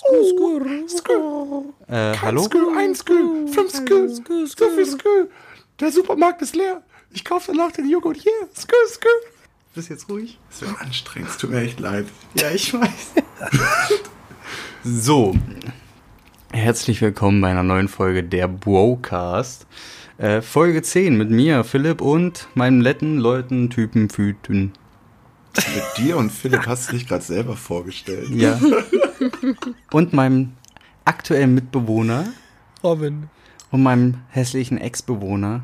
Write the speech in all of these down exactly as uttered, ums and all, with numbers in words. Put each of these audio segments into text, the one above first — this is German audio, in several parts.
Skü, skü. Äh, hallo? Skü, ein Skü, fünf Skü, so viel Skü. Der Supermarkt ist leer. Ich kaufe danach den Joghurt hier. Skü, skü. Bist jetzt ruhig? Das wird anstrengend, es tut mir echt leid. Ja, ich weiß. So, herzlich willkommen bei einer neuen Folge der Brocast. Äh, Folge zehn mit mir, Philipp, und meinem netten Leuten, Typen, Füten. Mit dir und Philipp hast du dich gerade selber vorgestellt. Ja. Und meinem aktuellen Mitbewohner. Robin. Und meinem hässlichen Ex-Bewohner.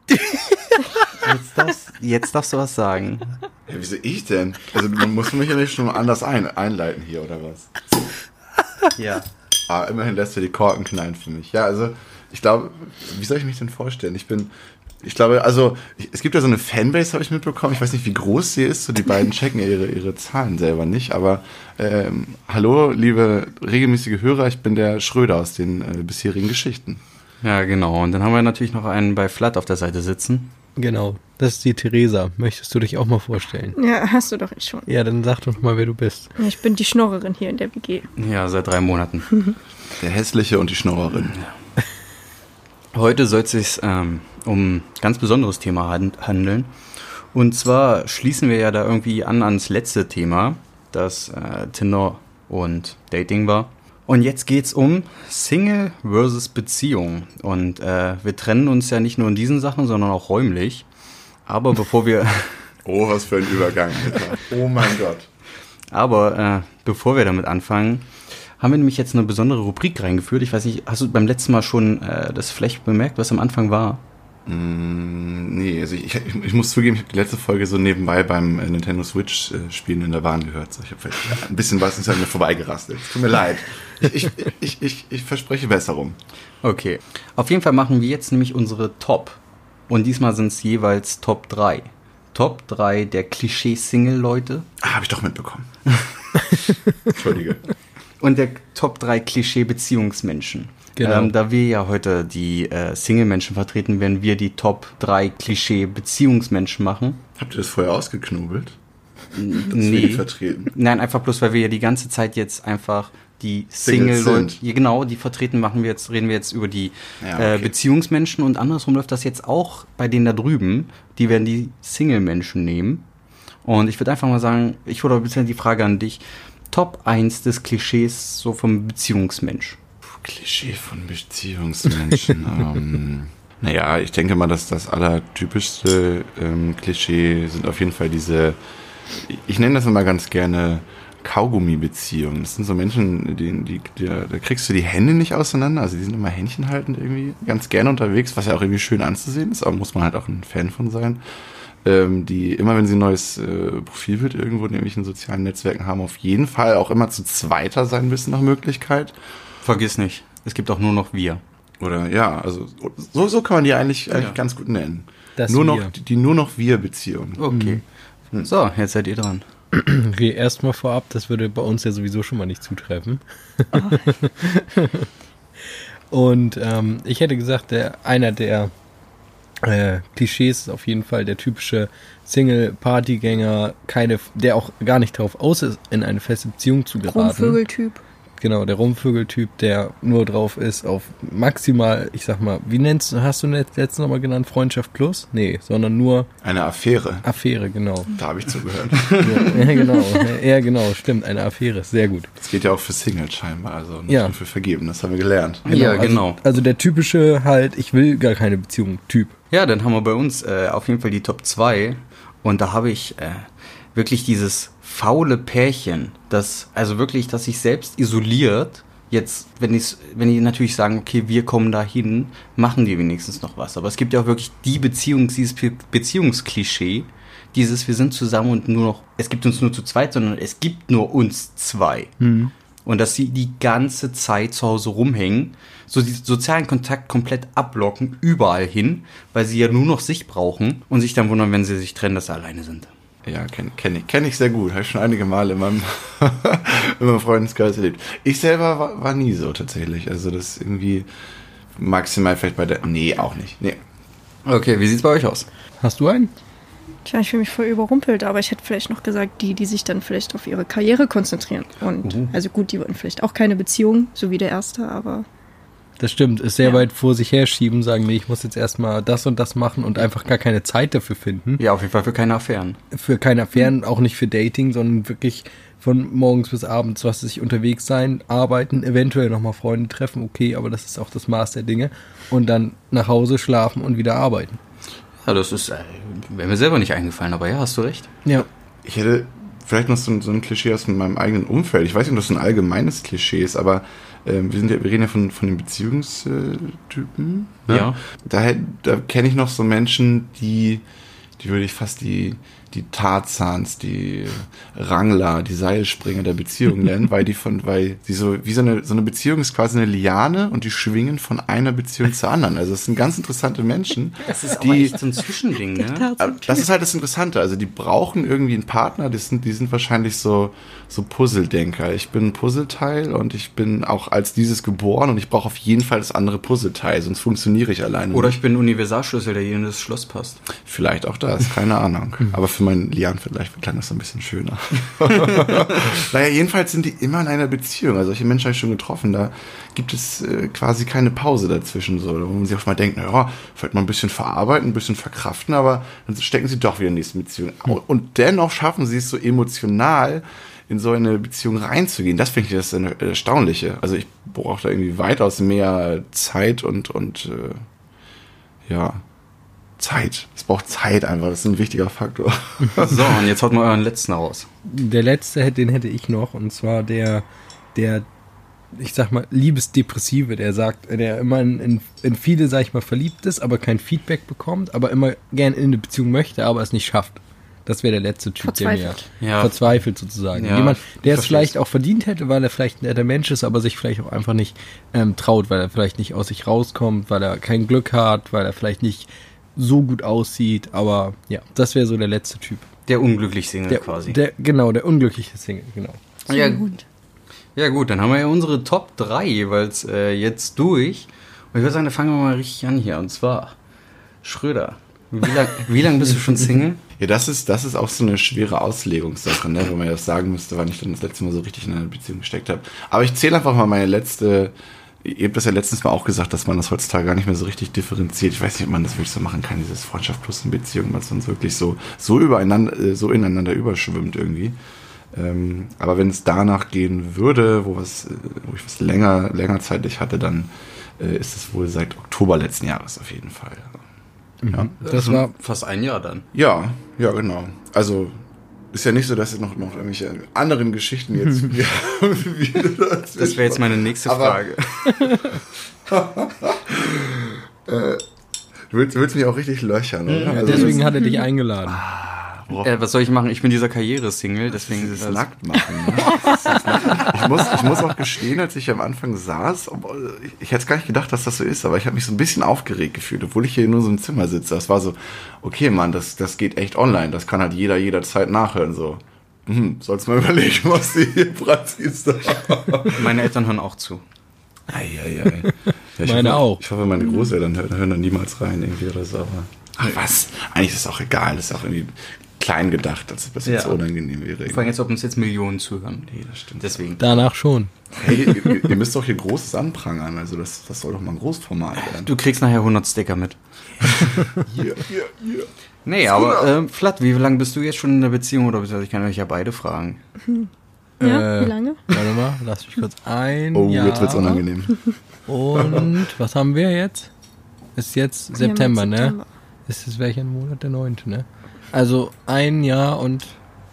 Jetzt darfst, jetzt darfst du was sagen. Ja, wieso ich denn? Also man muss mich ja nicht schon anders ein, einleiten hier, oder was? Ja. Ah, immerhin lässt du die Korken knallen für mich. Ja, also ich glaube, wie soll ich mich denn vorstellen? Ich bin, ich glaube, also ich, es gibt ja so eine Fanbase, habe ich mitbekommen. Ich weiß nicht, wie groß sie ist. So die beiden checken ihre, ihre Zahlen selber nicht. Aber ähm, hallo, liebe regelmäßige Hörer, ich bin der Schröder aus den äh, bisherigen Geschichten. Ja, genau. Und dann haben wir natürlich noch einen bei Flat auf der Seite sitzen. Genau, das ist die Theresa. Möchtest du dich auch mal vorstellen? Ja, hast du doch jetzt schon. Ja, dann sag doch mal, wer du bist. Ich bin die Schnorrerin hier in der W G. Ja, seit drei Monaten. Der Hässliche und die Schnorrerin. Heute soll es sich ähm, um ein ganz besonderes Thema hand- handeln. Und zwar schließen wir ja da irgendwie an ans letzte Thema, das äh, Tinder und Dating war. Und jetzt geht's um Single versus Beziehung. Und äh, wir trennen uns ja nicht nur in diesen Sachen, sondern auch räumlich. Aber bevor wir... Oh, was für ein Übergang. Oh mein Gott. Aber äh, bevor wir damit anfangen, haben wir nämlich jetzt eine besondere Rubrik reingeführt. Ich weiß nicht, hast du beim letzten Mal schon äh, das vielleicht bemerkt, was am Anfang war? Mm, nee, also ich, ich, ich muss zugeben, ich habe die letzte Folge so nebenbei beim äh, Nintendo Switch äh, Spielen in der Bahn gehört. So, ich habe vielleicht ein bisschen was ist an mir vorbeigerasselt. Tut mir leid. Ich, ich, ich, ich, ich verspreche Besserung. Okay. Auf jeden Fall machen wir jetzt nämlich unsere Top. Und diesmal sind es jeweils Top drei. Top drei der Klischee-Single-Leute. Ah, habe ich doch mitbekommen. Entschuldige. Und der Top drei Klischee-Beziehungsmenschen. Genau. Ähm, da wir ja heute die äh, Single-Menschen vertreten, werden wir die Top drei Klischee-Beziehungsmenschen machen. Habt ihr das vorher ausgeknobelt? Dass wir die Nee. vertreten? Nein, einfach bloß, weil wir ja die ganze Zeit jetzt einfach die Singles Single-Leute, sind. ja, genau, die vertreten, machen wir jetzt, reden wir jetzt über die Ja, okay. äh, Beziehungsmenschen, und andersrum läuft das jetzt auch bei denen da drüben. Die werden die Single-Menschen nehmen. Und ich würde einfach mal sagen, ich würde ein bisschen die Frage an dich. Top eins des Klischees so vom Beziehungsmensch. Puh, Klischee von Beziehungsmenschen. ähm, naja, ich denke mal, dass das allertypischste ähm, Klischee sind auf jeden Fall diese, ich nenne das immer ganz gerne Kaugummi-Beziehungen. Das sind so Menschen, die, die, die, da kriegst du die Hände nicht auseinander. Also die sind immer händchenhaltend irgendwie ganz gerne unterwegs, was ja auch irgendwie schön anzusehen ist, aber muss man halt auch ein Fan von sein. Ähm, die immer, wenn sie ein neues äh, Profilbild irgendwo in irgendwelchen sozialen Netzwerken haben, auf jeden Fall auch immer zu zweiter sein müssen nach Möglichkeit. Vergiss nicht, es gibt auch nur noch wir. Oder ja, also so, so kann man die eigentlich, eigentlich Ja. ganz gut nennen. Das nur Wir. noch die, die nur noch wir-Beziehung. Okay. Mhm. So, jetzt seid ihr dran. Okay, erstmal vorab, das würde bei uns ja sowieso schon mal nicht zutreffen. Und ähm, ich hätte gesagt, der einer der äh, Klischees ist auf jeden Fall der typische Single-Partygänger, keine, der auch gar nicht darauf aus ist, in eine feste Beziehung zu geraten. Rumvögeltyp. Genau, der Rumvögeltyp, der nur drauf ist auf maximal, ich sag mal, wie nennst du, hast du letztens nochmal genannt, Freundschaft plus? Nee, sondern nur Eine Affäre. Affäre, genau. Da habe ich zugehört. Ja, ja, genau, ja, genau, stimmt, eine Affäre, sehr gut. Das geht ja auch für Singles scheinbar, also nicht Ja. nur für Vergeben, das haben wir gelernt. Ja, also, genau. Also der typische halt, ich will gar keine Beziehung, Typ. Ja, dann haben wir bei uns äh, auf jeden Fall die Top zwei. Und da habe ich äh, wirklich dieses faule Pärchen, das, also wirklich, das sich selbst isoliert. Jetzt, wenn die, wenn die natürlich sagen, okay, wir kommen da hin, machen die wenigstens noch was. Aber es gibt ja auch wirklich die Beziehung, dieses Be- Beziehungsklischee, dieses, wir sind zusammen und nur noch, es gibt uns nur zu zweit, sondern es gibt nur uns zwei. Hm. Und dass sie die ganze Zeit zu Hause rumhängen, so den sozialen Kontakt komplett ablocken, überall hin, weil sie ja nur noch sich brauchen und sich dann wundern, wenn sie sich trennen, dass sie alleine sind. Ja, kenne kenn ich, kenn ich sehr gut. Habe ich schon einige Male in meinem, in meinem Freundeskreis erlebt. Ich selber war, war nie so tatsächlich. Also das irgendwie maximal vielleicht bei der... Nee, auch nicht. Nee. Okay, wie sieht's bei euch aus? Hast du einen? Tja, ich fühle mich voll überrumpelt, aber ich hätte vielleicht noch gesagt, die, die sich dann vielleicht auf ihre Karriere konzentrieren. Und Mhm. also gut, die würden vielleicht auch keine Beziehung, so wie der erste, aber Das stimmt, ist sehr Ja. weit vor sich herschieben, sagen, nee, ich muss jetzt erstmal das und das machen und einfach gar keine Zeit dafür finden. Ja, auf jeden Fall für keine Affären. Für keine Affären, auch nicht für Dating, sondern wirklich von morgens bis abends, was weiß ich, unterwegs sein, arbeiten, eventuell nochmal Freunde treffen, okay, aber das ist auch das Maß der Dinge. Und dann nach Hause schlafen und wieder arbeiten. Ja, das ist, äh, wäre mir selber nicht eingefallen, aber ja, hast du recht. Ja. Ich hätte vielleicht noch so, ein- so ein Klischee aus meinem eigenen Umfeld. Ich weiß nicht, ob das so ein allgemeines Klischee ist, aber ähm, wir, sind ja, wir reden ja von, von den Beziehungstypen. Ne? Ja. Da, hätt- da kenne ich noch so Menschen, die, die würde ich fast die, die Tarzans, die Wrangler, die Seilspringer der Beziehung nennen, weil die von, weil die so, wie so eine, so eine Beziehung ist quasi eine Liane und die schwingen von einer Beziehung zur anderen. Also es sind ganz interessante Menschen. Das ist die, aber echt so ein Zwischending, ne? aber das ist halt das Interessante. Also die brauchen irgendwie einen Partner. Die sind, die sind wahrscheinlich so, so Puzzledenker. Ich bin ein Puzzleteil und ich bin auch als dieses geboren und ich brauche auf jeden Fall das andere Puzzleteil, sonst funktioniere ich alleine. Oder nicht. ich bin ein Universalschlüssel, der hier in das Schloss passt. Vielleicht auch das, keine Ahnung. Aber für meinen Lian vielleicht klang das so ein bisschen schöner. Naja, jedenfalls sind die immer in einer Beziehung. Also solche Menschen habe ich schon getroffen. Da gibt es äh, quasi keine Pause dazwischen, so, wo man sich auch mal denkt, naja, vielleicht mal ein bisschen verarbeiten, ein bisschen verkraften, aber dann stecken sie doch wieder in die nächste Beziehung. Und dennoch schaffen sie es so emotional, in so eine Beziehung reinzugehen. Das finde ich das Erstaunliche. Also ich brauche da irgendwie weitaus mehr Zeit und, und äh, ja, Zeit. Es braucht Zeit einfach. Das ist ein wichtiger Faktor. So, und jetzt haut mal euren letzten raus. Der letzte, den hätte ich noch, und zwar der, der, ich sag mal, Liebesdepressive, der sagt, der immer in, in, in viele, sag ich mal, verliebt ist, aber kein Feedback bekommt, aber immer gern in eine Beziehung möchte, aber es nicht schafft. Das wäre der letzte Typ, der mir Verzweifelt. Ja. verzweifelt sozusagen. Ja, Jemand, der ich es vielleicht versteh's. auch verdient hätte, weil er vielleicht ein netter Mensch ist, aber sich vielleicht auch einfach nicht ähm, traut, weil er vielleicht nicht aus sich rauskommt, weil er kein Glück hat, weil er vielleicht nicht so gut aussieht, aber ja, das wäre so der letzte Typ. Der unglücklich Single Der, quasi. der, genau, der unglückliche Single, genau. so Ja. gut. Ja gut, dann haben wir ja unsere Top drei jeweils äh, jetzt durch. Und ich würde sagen, da fangen wir mal richtig an hier. Und zwar Schröder. Wie lang, wie lang bist du schon Single? Ja, das ist, das ist auch so eine schwere Auslegungssache, ne, wo man ja das sagen müsste, wann ich dann das letzte Mal so richtig in einer Beziehung gesteckt habe. Aber ich zähle einfach mal meine letzte, ihr habt das ja letztens mal auch gesagt, dass man das heutzutage gar nicht mehr so richtig differenziert. Ich weiß nicht, ob man das wirklich so machen kann, dieses Freundschaft plus eine Beziehung, weil es sonst wirklich so, so übereinander, äh, so ineinander überschwimmt irgendwie. Ähm, aber wenn es danach gehen würde, wo, was, äh, wo ich was länger, länger zeitlich hatte, dann äh, ist es wohl seit Oktober letzten Jahres auf jeden Fall. Ja. Das war fast ein Jahr dann. Ja, ja, genau. Also ist ja nicht so, dass es noch, noch irgendwelche anderen Geschichten jetzt wieder Das wäre jetzt meine nächste Aber- Frage. Du willst, du willst mich auch richtig löchern, oder? ja, Also deswegen das- hat er dich eingeladen. worauf- Äh, was soll ich machen? Ich bin dieser Karriere-Single, deswegen dieses das- nackt machen. Ne? Das ist nackt. Ich, muss, ich muss auch gestehen, als ich am Anfang saß, obwohl, ich, ich hätte gar nicht gedacht, dass das so ist, aber ich habe mich so ein bisschen aufgeregt gefühlt, obwohl ich hier nur so im Zimmer sitze. Das war so, okay, Mann, das, das geht echt online. Das kann halt jeder jederzeit nachhören. So, hm, sollst mal überlegen, was du hier preisgibst. Meine Eltern hören auch zu. Eieiei. Ja, ich Meine hoffe, auch. Ich hoffe, meine Großeltern hören, hören dann niemals rein irgendwie oder so. Aber ach was, eigentlich ist es auch egal. Das ist auch irgendwie klein gedacht, als ob das jetzt Ja. unangenehm wäre. Vor allem jetzt, ob uns jetzt Millionen zuhören. Nee, das stimmt. Deswegen. Danach schon. Hey, ihr, ihr müsst doch hier Großes anprangern. Also das, das soll doch mal ein Großformat werden. Du kriegst nachher hundert Sticker mit. Hier, hier, hier. Nee, aber ähm, Flat, wie lange bist du jetzt schon in der Beziehung? Oder beziehungsweise ich kann euch ja beide fragen. Ja, Äh, wie lange? Warte mal, lass mich kurz ein Oh, Jahr. jetzt wird's unangenehm. Und was haben wir jetzt? Ist jetzt September, Ja, ne? September. Ist es welcher Monat? Der neunte, ne? Also ein Jahr und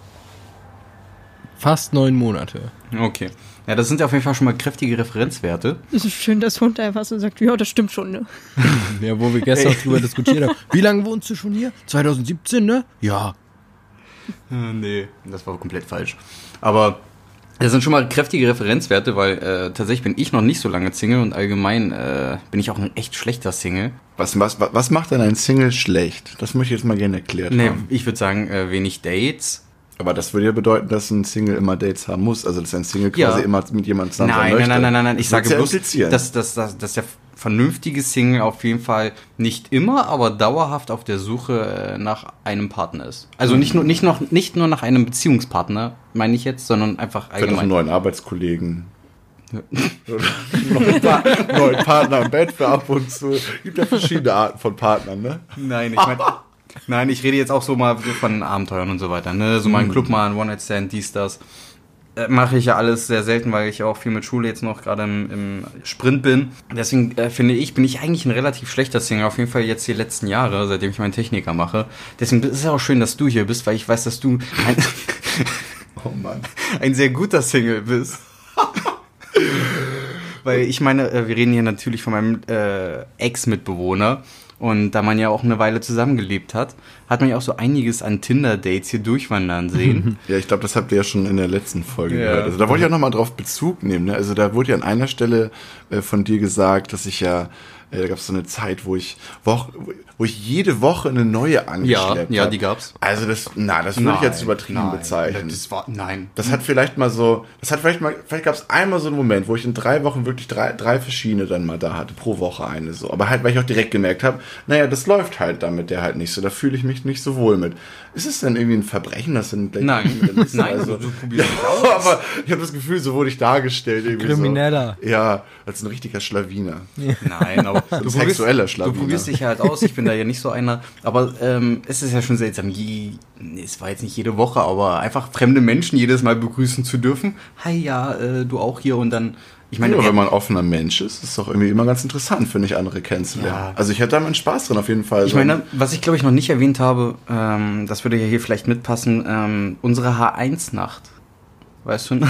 fast neun Monate. Okay. Ja, das sind ja auf jeden Fall schon mal kräftige Referenzwerte. Es ist schön, dass Hund einfach so sagt, ja, das stimmt schon, ne? Ja, wo wir gestern drüber diskutiert haben. Wie lange wohnst du schon hier? zwanzig siebzehn, ne? Ja. Äh, nee, das war komplett falsch. Aber das sind schon mal kräftige Referenzwerte, weil äh, tatsächlich bin ich noch nicht so lange Single und allgemein äh, bin ich auch ein echt schlechter Single. Was, was, was macht denn ein Single schlecht? Das möchte ich jetzt mal gerne erklärt Nee, haben. ich würde sagen, äh, wenig Dates. Aber das würde ja bedeuten, dass ein Single immer Dates haben muss. Also dass ein Single quasi Ja. immer mit jemandem zusammen sein Nein, möchte. nein, nein, nein, nein, ich Das sage wird's ja bloß, implizieren. dass, dass, dass, dass der vernünftige Single auf jeden Fall nicht immer, aber dauerhaft auf der Suche nach einem Partner ist. Also nicht nur, nicht noch, nicht nur nach einem Beziehungspartner, meine ich jetzt, sondern einfach Vielleicht auch allgemein. einen neuen Arbeitskollegen. Oder einen neuen, pa- neuen Partner im Bett für ab und zu. Gibt ja verschiedene Arten von Partnern, ne? Nein, ich meine, nein, ich rede jetzt auch so mal so von Abenteuern und so weiter, ne? So mal ein Club, mal ein One-Night-Stand, dies, das. Äh, mache ich ja alles sehr selten, weil ich auch viel mit Schule jetzt noch gerade im, im Sprint bin. Deswegen äh, finde ich, bin ich eigentlich ein relativ schlechter Singer, auf jeden Fall jetzt die letzten Jahre, seitdem ich meinen Techniker mache. Deswegen ist es auch schön, dass du hier bist, weil ich weiß, dass du ein, Oh Mann. ein sehr guter Single bist. Weil ich meine, äh, wir reden hier natürlich von meinem äh, Ex-Mitbewohner. Und da man ja auch eine Weile zusammengelebt hat, hat man ja auch so einiges an Tinder-Dates hier durchwandern sehen. Ja, ich glaube, das habt ihr ja schon in der letzten Folge Ja. gehört. Also da wollte ich auch nochmal drauf Bezug nehmen. Ne? Also da wurde ja an einer Stelle äh, von dir gesagt, dass ich ja, äh, da gab es so eine Zeit, wo ich, wo, wo ich jede Woche eine neue angeschleppt ja, hab. die gab's. Also das, na, das würde ich jetzt übertrieben nein, bezeichnen. Das war, nein. Das hat vielleicht mal so, das hat vielleicht mal, vielleicht gab es einmal so einen Moment, wo ich in drei Wochen wirklich drei, drei verschiedene dann mal da hatte, pro Woche eine so. Aber halt, weil ich auch direkt gemerkt habe, naja, das läuft halt damit der halt nicht so, da fühle ich mich nicht so wohl mit. Ist es denn irgendwie ein Verbrechen, das dann gleich Nein, mit der Liste, nein, also, du, du probierst ja, nicht aus. aber ich habe das Gefühl, so wurde ich dargestellt. Irgendwie Krimineller. So. Ja, als ein richtiger Schlawiner. Nein, aber du probierst, sexueller du Schlawiner. probierst dich halt aus. Ich bin da ja nicht so einer. Aber ähm, es ist ja schon seltsam. Je, es war jetzt nicht jede Woche, aber einfach fremde Menschen jedes Mal begrüßen zu dürfen. Hi, ja, äh, du auch hier und dann. Ich meine, Ja, wer- wenn man ein offener Mensch ist, ist es doch irgendwie immer ganz interessant, finde ich, andere kennenzulernen. Ja. Also ich hatte da meinen Spaß drin auf jeden Fall. Ich So. meine, was ich glaube ich noch nicht erwähnt habe, ähm, das würde ja hier vielleicht mitpassen, ähm, unsere H eins Nacht. Weißt du?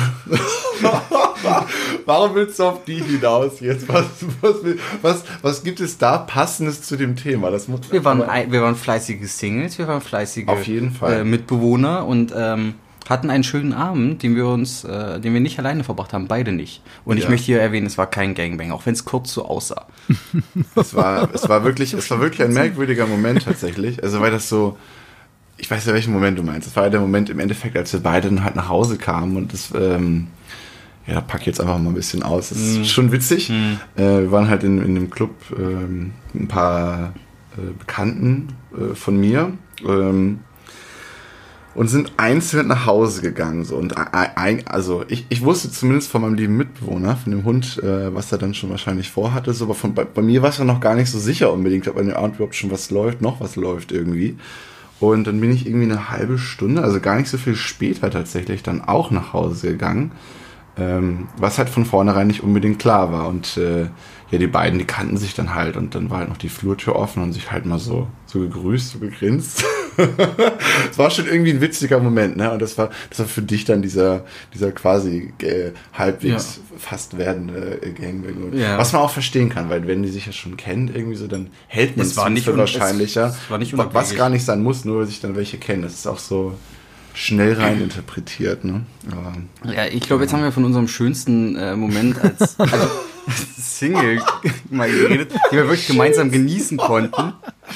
Warum willst du auf die hinaus jetzt? Was, was, was, was gibt es da Passendes zu dem Thema? Das muss, Wir waren, ein, wir waren fleißige Singles, wir waren fleißige Auf jeden Fall. Äh, Mitbewohner und ähm, hatten einen schönen Abend, den wir uns, äh, den wir nicht alleine verbracht haben, beide nicht. Und ich Ja. möchte hier erwähnen, es war kein Gangbang, auch wenn es kurz so aussah. es war, es war wirklich, es war wirklich ein merkwürdiger Moment tatsächlich. Also weil das so, ich weiß ja, welchen Moment du meinst. Es war ja der Moment im Endeffekt, als wir beide dann halt nach Hause kamen und das, ähm, ja, pack ich jetzt einfach mal ein bisschen aus. Das ist Mm. schon witzig. Mm. Äh, wir waren halt in, in dem Club ähm, ein paar äh, Bekannten äh, von mir. Ähm, und sind einzeln nach Hause gegangen. So. Und ein, also ich, ich wusste zumindest von meinem lieben Mitbewohner, von dem Hund, äh, was er dann schon wahrscheinlich vorhatte. So, aber von, bei, bei mir war es ja noch gar nicht so sicher unbedingt, ob an dem Abend überhaupt schon was läuft, noch was läuft irgendwie. Und dann bin ich irgendwie eine halbe Stunde, also gar nicht so viel später tatsächlich, dann auch nach Hause gegangen. Ähm, was halt von vornherein nicht unbedingt klar war. Und äh, ja, die beiden, die kannten sich dann halt und dann war halt noch die Flurtür offen und sich halt mal so, so gegrüßt, so gegrinst. Es war schon irgendwie ein witziger Moment, ne? Und das war, das war für dich dann dieser, dieser quasi äh, halbwegs Ja. fast werdende äh, Gangbang. Und Ja. was man auch verstehen kann, weil wenn die sich ja schon kennt, irgendwie so, dann hält man Es war nicht für un- wahrscheinlicher. es- es war nicht was unabhängig. gar nicht sein muss, nur weil sich dann welche kennen. Das ist auch so schnell rein interpretiert, ne? Aber Ja, ich glaube, jetzt haben wir von unserem schönsten äh, Moment als, also, als Single mal geredet, den wir wirklich gemeinsam genießen konnten.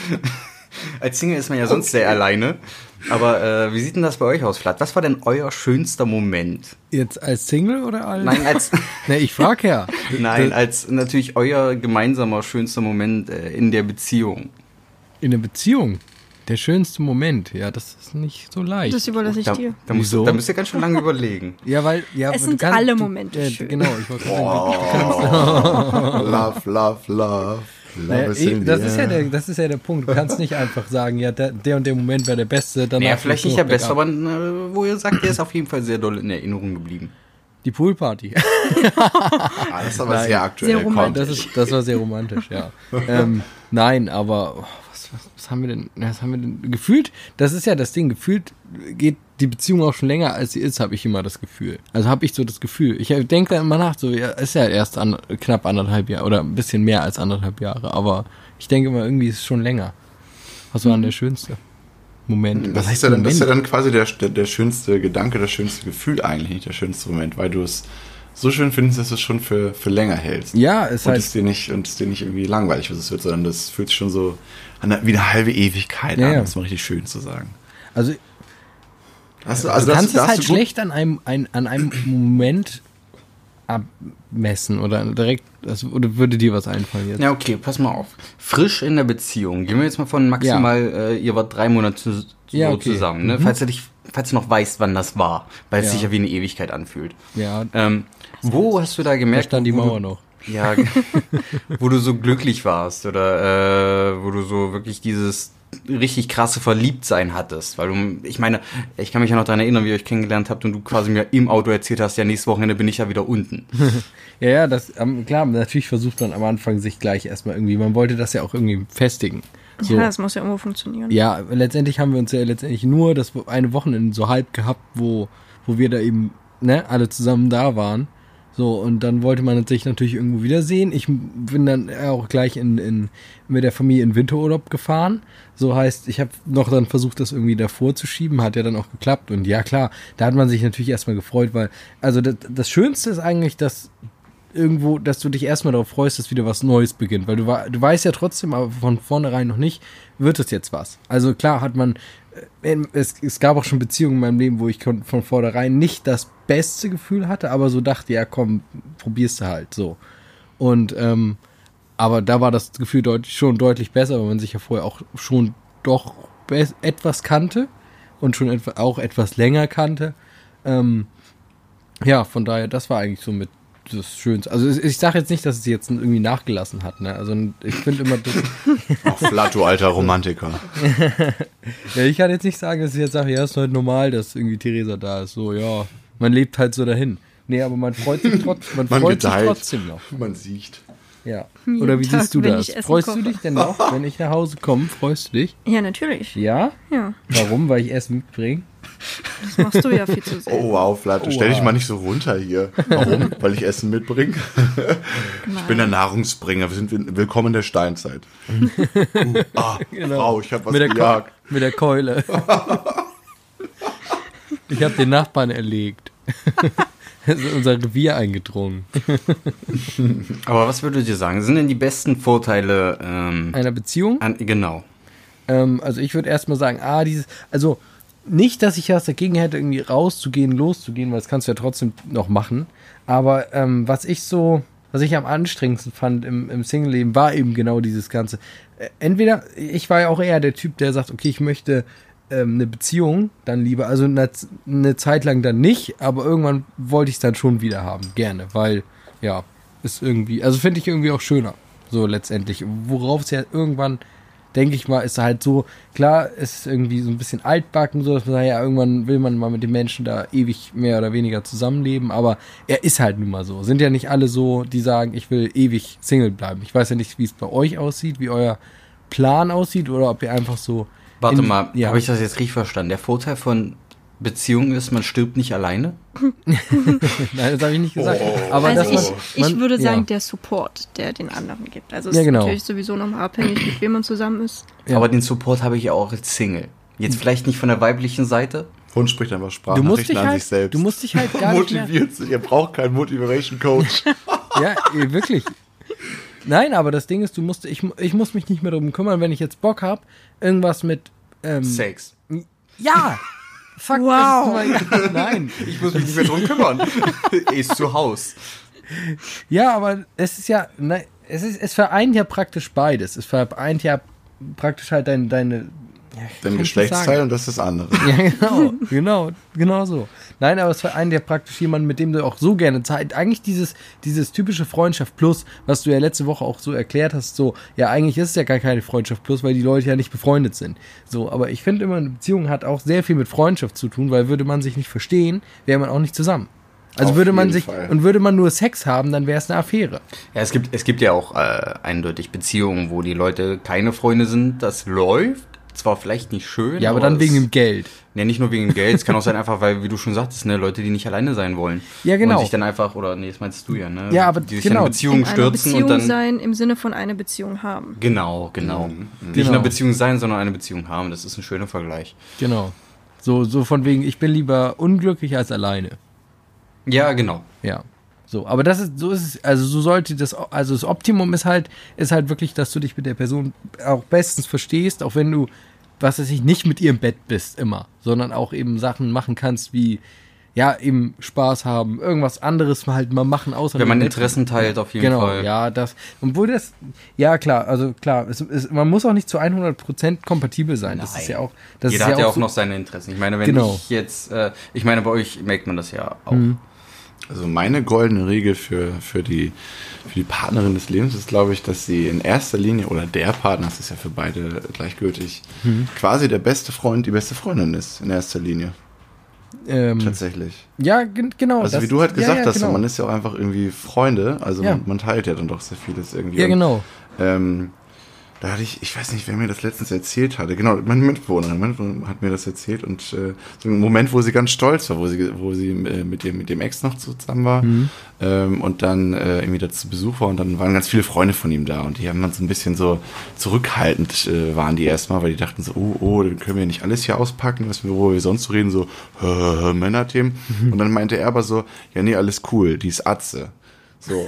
Als Single ist man ja sonst sehr alleine. Aber äh, wie sieht denn das bei euch aus, Vlad? Was war denn euer schönster Moment? Jetzt als Single oder als? Nein, als Ne, ich frag ja. nein, als natürlich euer gemeinsamer schönster Moment äh, in der Beziehung. In der Beziehung. Der schönste Moment. Ja, das ist nicht so leicht. Das überlasse ich Da, dir. da, musst, Wieso? du- da müsst ihr ganz schön lange überlegen. ja, weil, ja, Es du sind alle Momente äh, schön. Genau, ich wollte sagen, love, love, love. naja, Love is eh, in das, the ist ja air. der, das ist ja der Punkt. Du kannst nicht einfach sagen, ja, der, der und der Moment wäre der beste. Danach Naja, vielleicht geht's nicht nur der beste, bergab. aber äh, wo ihr sagt, der ist auf jeden Fall sehr doll in Erinnerung geblieben. Die Poolparty. Ah, das ist aber Nein. sehr aktuell. Sehr romantisch. Das, ist, das war sehr romantisch, ja. ähm, nein, aber oh, was, was, was haben wir denn? Was haben wir denn gefühlt? Das ist ja das Ding. Gefühlt geht die Beziehung auch schon länger, als sie ist, habe ich immer das Gefühl. Also habe ich so das Gefühl. Ich denke da immer nach, so ja, ist ja erst an, knapp anderthalb Jahre oder ein bisschen mehr als anderthalb Jahre. Aber ich denke immer, irgendwie ist es schon länger. Was war denn der schönste Moment? Das ist, ja dann, das ist ja dann quasi der, der, der schönste Gedanke, das schönste Gefühl eigentlich, nicht der schönste Moment, weil du es so schön findest, dass du es schon für, für länger hältst. Ja, es und heißt, es dir nicht und es dir nicht irgendwie langweilig was es wird, sondern das fühlt sich schon so an, wie eine halbe Ewigkeit Ja, an, ja. das ist mal richtig schön zu sagen. also Hast Also du das- kannst das es halt hast du gut- schlecht an einem, ein, an einem Moment abmessen oder direkt, also, oder würde dir was einfallen jetzt? Ja, okay, pass mal auf. Frisch in der Beziehung. Gehen wir jetzt mal von maximal, ja. äh, ihr wart drei Monate zu, so ja, okay. zusammen, ne? Mhm. Falls du dich, falls du noch weißt, wann das war, weil es ja. sich ja wie eine Ewigkeit anfühlt. Ja. Ähm, wo hast du da gemerkt, da stand die Mauer noch. Ja, wo du so glücklich warst oder äh, wo du so wirklich dieses richtig krasse Verliebtsein hattest, weil du, ich meine, ich kann mich ja noch daran erinnern, wie ihr euch kennengelernt habt und du quasi mir im Auto erzählt hast, ja, nächstes Wochenende bin ich ja wieder unten. ja, ja, das, ähm, klar, natürlich versucht man am Anfang sich gleich erstmal irgendwie, man wollte das ja auch irgendwie festigen. So. Ja, das muss ja irgendwo funktionieren. Ja, letztendlich haben wir uns ja letztendlich nur das eine Wochenende so halb gehabt, wo, wo wir da eben, ne, alle zusammen da waren. So, und dann wollte man sich natürlich irgendwo wiedersehen. Ich bin dann auch gleich in, in, mit der Familie in Winterurlaub gefahren. So heißt, ich habe noch dann versucht, das irgendwie davor zu schieben. Hat ja dann auch geklappt. Und ja, klar, da hat man sich natürlich erstmal gefreut, weil, also das, das Schönste ist eigentlich, dass irgendwo, dass du dich erstmal darauf freust, dass wieder was Neues beginnt. Weil du, du weißt ja trotzdem, aber von vornherein noch nicht, wird es jetzt was. Also klar hat man, es, es gab auch schon Beziehungen in meinem Leben, wo ich von vornherein nicht das beste Gefühl hatte, aber so dachte, ja komm, probierst du halt so. Und, ähm, aber da war das Gefühl deutlich, schon deutlich besser, weil man sich ja vorher auch schon doch be- etwas kannte und schon etwa, auch etwas länger kannte. Ähm, ja, von daher, das war eigentlich so mit das Schönste. Also ich, ich sage jetzt nicht, dass es jetzt irgendwie nachgelassen hat, ne? Also ich finde immer... Das Ach, Flat, du alter Romantiker. ja, ich kann jetzt nicht sagen, dass ich jetzt sage, ja, ist heute normal, dass irgendwie Theresa da ist. So, ja, man lebt halt so dahin. Nee, aber man freut sich, trotz, man man freut sich gedeiht. trotzdem noch. Man sieht. Ja. Jeden Oder wie Tag, siehst du wenn das? ich Essen Freust koche. du dich denn noch, wenn ich nach Hause komme? Freust du dich? Ja, natürlich. Ja? Ja, Warum? Weil ich Essen mitbringe? das machst du ja viel zu sehr. Oh wow, Flat, Oh, stell dich wow. mal nicht so runter hier. Warum? Weil ich Essen mitbringe? Ich bin der Nahrungsbringer. Wir sind will- willkommen in der Steinzeit. uh, ah, Genau. Frau, ich habe was Mit der, gejagt. Ke- mit der Keule. Ich habe den Nachbarn erlegt. Es ist in unser Revier eingedrungen. Aber was würdet ihr sagen, sind denn die besten Vorteile ähm, Einer Beziehung? an, genau. Ähm, also ich würde erstmal sagen, ah, dieses, also nicht, dass ich was dagegen hätte, irgendwie rauszugehen, loszugehen, weil das kannst du ja trotzdem noch machen. Aber ähm, was ich so, was ich am anstrengendsten fand im, im Single-Leben, war eben genau dieses Ganze. Äh, entweder, ich war ja auch eher der Typ, der sagt, okay, ich möchte ähm, eine Beziehung dann lieber, also eine, eine Zeit lang dann nicht, aber irgendwann wollte ich es dann schon wieder haben, gerne, weil, ja, ist irgendwie, also finde ich irgendwie auch schöner, so letztendlich. Worauf es ja irgendwann, denke ich mal, ist halt so, klar, es ist irgendwie so ein bisschen altbacken, so dass man sagt, ja, irgendwann will man mal mit den Menschen da ewig mehr oder weniger zusammenleben, aber er ist halt nun mal so. Sind ja nicht alle so, die sagen, ich will ewig Single bleiben. Ich weiß ja nicht, wie es bei euch aussieht, wie euer Plan aussieht oder ob ihr einfach so... Warte in- mal, ja. habe ich das jetzt richtig verstanden? Der Vorteil von Beziehungen ist, man stirbt nicht alleine? Nein, das habe ich nicht gesagt. Oh. Aber Also dass ich, man, ich man, würde sagen, ja. der Support, der den anderen gibt. Also es Ja, ist genau. natürlich sowieso nochmal abhängig, mit wem man zusammen ist. Ja. Aber den Support habe ich ja auch als Single. Jetzt vielleicht nicht von der weiblichen Seite. Hund spricht einfach Du musst Sprachnachrichten dich an halt, sich selbst. du musst dich halt gar nicht mehr... Motiviert sich. Ihr braucht keinen Motivation Coach. Ja, eh, wirklich. Nein, aber das Ding ist, du musst, ich, ich muss mich nicht mehr darum kümmern, wenn ich jetzt Bock habe, irgendwas mit... Ähm, Sex. Ja! Fuck, Wow. das ist mein, nein. Ich muss mich nicht mehr drum kümmern. Ist zu Haus. Ja, aber es ist ja, ne, es ist, es vereint ja praktisch beides. Es vereint ja praktisch halt deine, deine ja, Dein kann ich Geschlechtsteil sagen. und das ist das andere. Ja, genau, genau, genau so. Nein, aber es vereint ja praktisch jemanden, mit dem du auch so gerne Zeit, eigentlich dieses, dieses typische Freundschaft plus, was du ja letzte Woche auch so erklärt hast, so, ja, eigentlich ist es ja gar keine Freundschaft plus, weil die Leute ja nicht befreundet sind. So, aber ich finde immer, eine Beziehung hat auch sehr viel mit Freundschaft zu tun, weil würde man sich nicht verstehen, wäre man auch nicht zusammen. Also Auf würde man jeden sich, Fall. und würde man nur Sex haben, dann wäre es eine Affäre. Ja, es gibt, es gibt ja auch äh, eindeutig Beziehungen, wo die Leute keine Freunde sind. Das läuft. Zwar vielleicht nicht schön. Ja, aber dann wegen es, dem Geld. Ja, nicht nur wegen dem Geld. Es kann auch sein, einfach, weil, wie du schon sagtest, ne, Leute, die nicht alleine sein wollen. Ja, genau. Und sich dann einfach, oder nee, das meinst du ja, ne? Ja, aber die sich genau. in eine Beziehung In einer stürzen Beziehung und dann. sein im Sinne von einer Beziehung haben. Genau, genau. Mhm. Nicht Genau. in einer Beziehung sein, sondern eine Beziehung haben. Das ist ein schöner Vergleich. Genau. So, so von wegen, ich bin lieber unglücklich als alleine. Ja, genau. Ja. So, aber das ist, so ist es, also so sollte das, also das Optimum ist halt, ist halt wirklich, dass du dich mit der Person auch bestens verstehst, auch wenn du, was weiß ich, nicht mit ihr im Bett bist immer, sondern auch eben Sachen machen kannst wie, ja, eben Spaß haben, irgendwas anderes halt mal machen, außer Wenn man nur Interessen teilt, auf jeden genau, Fall. Genau, ja, das, obwohl das, ja klar, also klar, es, es, man muss auch nicht zu hundert Prozent kompatibel sein, das Nein. ist ja auch, das Jeder ist ja hat ja auch auch so, noch seine Interessen. Ich meine, wenn Genau. ich jetzt, äh, ich meine, bei euch merkt man das ja auch. Mhm. Also meine goldene Regel für, für, die, für die Partnerin des Lebens ist, glaube ich, dass sie in erster Linie, oder der Partner, das ist ja für beide gleichgültig, Mhm. quasi der beste Freund, die beste Freundin ist, in erster Linie. ähm, Tatsächlich. ja, gen- genau. Also das, wie du halt gesagt ja, ja, hast, genau. so, man ist ja auch einfach irgendwie Freunde, also Ja. man, man teilt ja dann doch sehr vieles irgendwie. ja, Und, genau. Ähm, da hatte ich, ich weiß nicht, wer mir das letztens erzählt hatte. Genau, meine Mitbewohnerin, meine Mitbewohnerin hat mir das erzählt und äh, so ein Moment, wo sie ganz stolz war, wo sie, wo sie äh, mit dem mit dem Ex noch zusammen war Mhm. ähm, und dann äh, irgendwie da zu Besuch war und dann waren ganz viele Freunde von ihm da und die haben dann so ein bisschen so zurückhaltend äh, waren die erstmal, weil die dachten so, oh, oh, dann können wir nicht alles hier auspacken, was wir, wo wir sonst so reden, so äh, Männerthemen. Mhm. Und dann meinte er aber so, ja nee, alles cool, die ist Atze. So.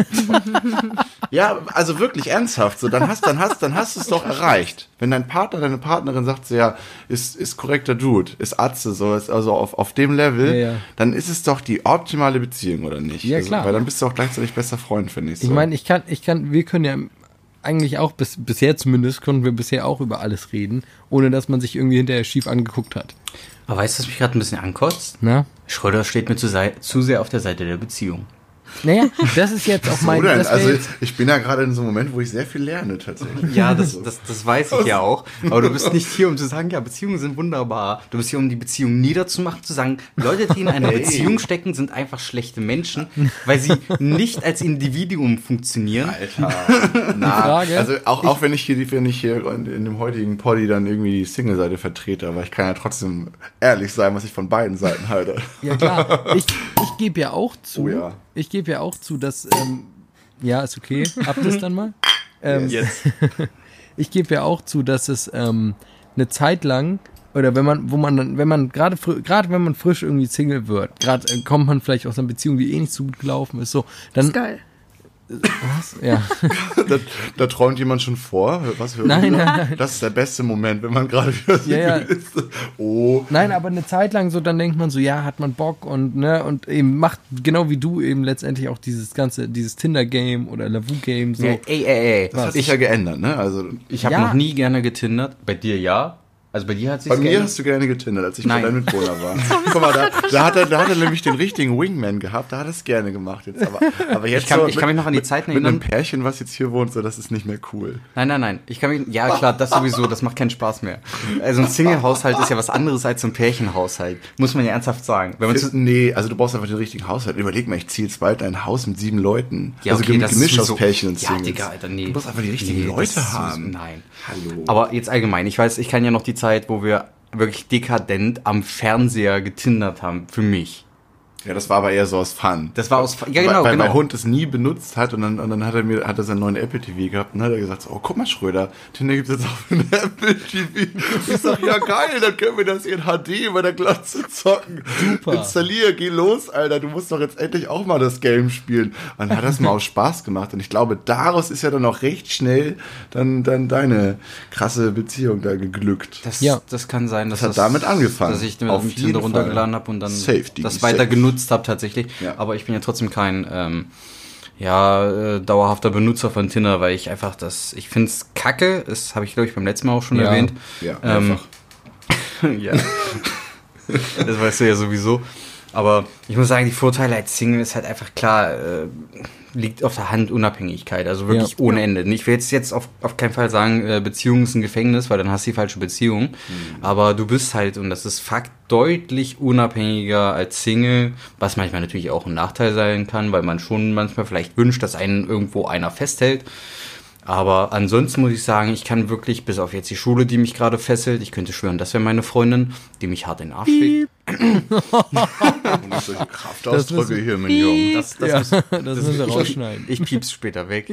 Ja, also wirklich ernsthaft. So, dann hast, dann hast, dann hast du es doch erreicht. Wenn dein Partner, deine Partnerin sagt, so, ja, ist, ist korrekter Dude, ist Atze, so, ist also auf, auf dem Level, Ja, ja. dann ist es doch die optimale Beziehung, oder nicht? Ja, also, klar. Weil dann bist du auch gleichzeitig bester Freund, finde ich. So. Ich meine, ich kann, ich kann, wir können ja eigentlich auch, bis, bisher zumindest, konnten wir bisher auch über alles reden, ohne dass man sich irgendwie hinterher schief angeguckt hat. Aber weißt du, was mich gerade ein bisschen ankotzt? Na? Schröder steht mir zu, sei zu sehr auf der Seite der Beziehung. Naja, das ist jetzt auch so mein... denn? Das wär Also jetzt, ich bin ja gerade in so einem Moment, wo ich sehr viel lerne tatsächlich. Ja, das, das, das weiß ich ja auch. Aber du bist nicht hier, um zu sagen, ja, Beziehungen sind wunderbar. Du bist hier, um die Beziehung niederzumachen, zu sagen, Leute, die in einer Hey. Beziehung stecken, sind einfach schlechte Menschen, weil sie nicht als Individuum funktionieren. Alter. Na, Frage- also auch, auch wenn ich hier, wenn ich hier in, in dem heutigen Poddy dann irgendwie die Single-Seite vertrete, aber ich kann ja trotzdem ehrlich sein, was ich von beiden Seiten halte. ja klar, ich, ich gebe ja auch zu, Oh ja. ich gebe ja auch zu, dass, ähm, ja, ist okay, ab das dann mal. Ähm, Jetzt. Ich gebe ja auch zu, dass es ähm, eine Zeit lang oder wenn man, wo man dann, wenn man gerade gerade wenn man frisch irgendwie Single wird, gerade äh, kommt man vielleicht aus einer Beziehung, die eh nicht so gut gelaufen ist, so, dann ist geil. was? Ja. Da, da träumt jemand schon vor. Was hören Nein, wir? nein, nein. Das ist der beste Moment, wenn man gerade wieder Ja, ja. Single ist. Oh. Nein, aber eine Zeit lang so, dann denkt man so, ja, hat man Bock und ne und eben macht genau wie du eben letztendlich auch dieses ganze dieses Tinder Game oder Lavu Game so. Ja, ey, ey, ey. Das hat sich ja geändert, ne? Also Ich habe Ja. noch nie gerne getindert. Bei dir ja. Also bei dir hat sich bei mir hast du gerne getindert, als ich Nein. bei deinem Mitbewohner war. Guck mal, da, da, hat er, da hat er nämlich den richtigen Wingman gehabt, da hat er es gerne gemacht jetzt. Aber, aber jetzt Ich kann- so ich kann mich noch an die Zeiten mit, mit einem erinnern. Pärchen, was jetzt hier wohnt, so, das ist nicht mehr cool. Nein, nein, nein. Ich kann mich, ja klar, das sowieso, das macht keinen Spaß mehr. Also ein Single-Haushalt ist ja was anderes als so ein Pärchenhaushalt. Muss man ja ernsthaft sagen. Wenn man zu, Nee, also du brauchst einfach den richtigen Haushalt. Überleg mal, ich ziehe jetzt bald ein Haus mit sieben Leuten. ja, also okay, gem- das gemischt ist aus so, Pärchen und ja, Singles. Digga, Alter, nee. Du musst einfach die richtigen Nee, Leute das ist so- haben. Nein. Hallo. Aber jetzt allgemein, ich weiß, ich kann ja noch die Zeit, wo wir wirklich dekadent am Fernseher getindert haben, für mich. Ja, das war aber eher so aus Fun. Das war aus, ja genau, weil, weil genau. mein Hund es nie benutzt hat und dann, und dann hat er mir hat er seinen neuen Apple T V gehabt und dann hat er gesagt, so, oh guck mal Schröder, Tinder gibt's jetzt auch für einen Apple T V. Ich sag, ja geil, dann können wir das hier in H D bei der Glotze zocken. Super. Installier, geh los, Alter, du musst doch jetzt endlich auch mal das Game spielen. Und dann hat das mal aus Spaß gemacht und ich glaube, daraus ist ja dann auch recht schnell dann, dann deine krasse Beziehung da geglückt. Das, Ja. das kann sein, dass Das hat damit angefangen. dass ich mir Auf auf jeden Tinder Fall. runtergeladen habe und dann Safe, Digi, das safe. weiter genutzt habe tatsächlich. Ja. Aber ich bin ja trotzdem kein ähm, ja äh, dauerhafter Benutzer von Tinder, weil ich einfach das, ich finde es kacke. Das habe ich glaube ich beim letzten Mal auch schon Ja. erwähnt. Ja, Ähm, einfach. ja, das weißt du ja sowieso. Aber ich muss sagen, die Vorteile als Single ist halt einfach klar, äh, liegt auf der Hand Unabhängigkeit, also wirklich Ja. ohne Ende. Ich will jetzt, jetzt auf, auf keinen Fall sagen, äh, Beziehung ist ein Gefängnis, weil dann hast du die falsche Beziehung. Mhm. Aber du bist halt, und das ist Fakt, deutlich unabhängiger als Single, was manchmal natürlich auch ein Nachteil sein kann, weil man schon manchmal vielleicht wünscht, dass einen irgendwo einer festhält. Aber ansonsten muss ich sagen, ich kann wirklich, bis auf jetzt die Schule, die mich gerade fesselt, ich könnte schwören, das wäre meine Freundin, die mich hart in den Arsch schlägt. Und nicht solche Kraftausdrücke hier, mein Junge. Das, das ja, muss, das müssen wir rausschneiden. ich piep's später weg.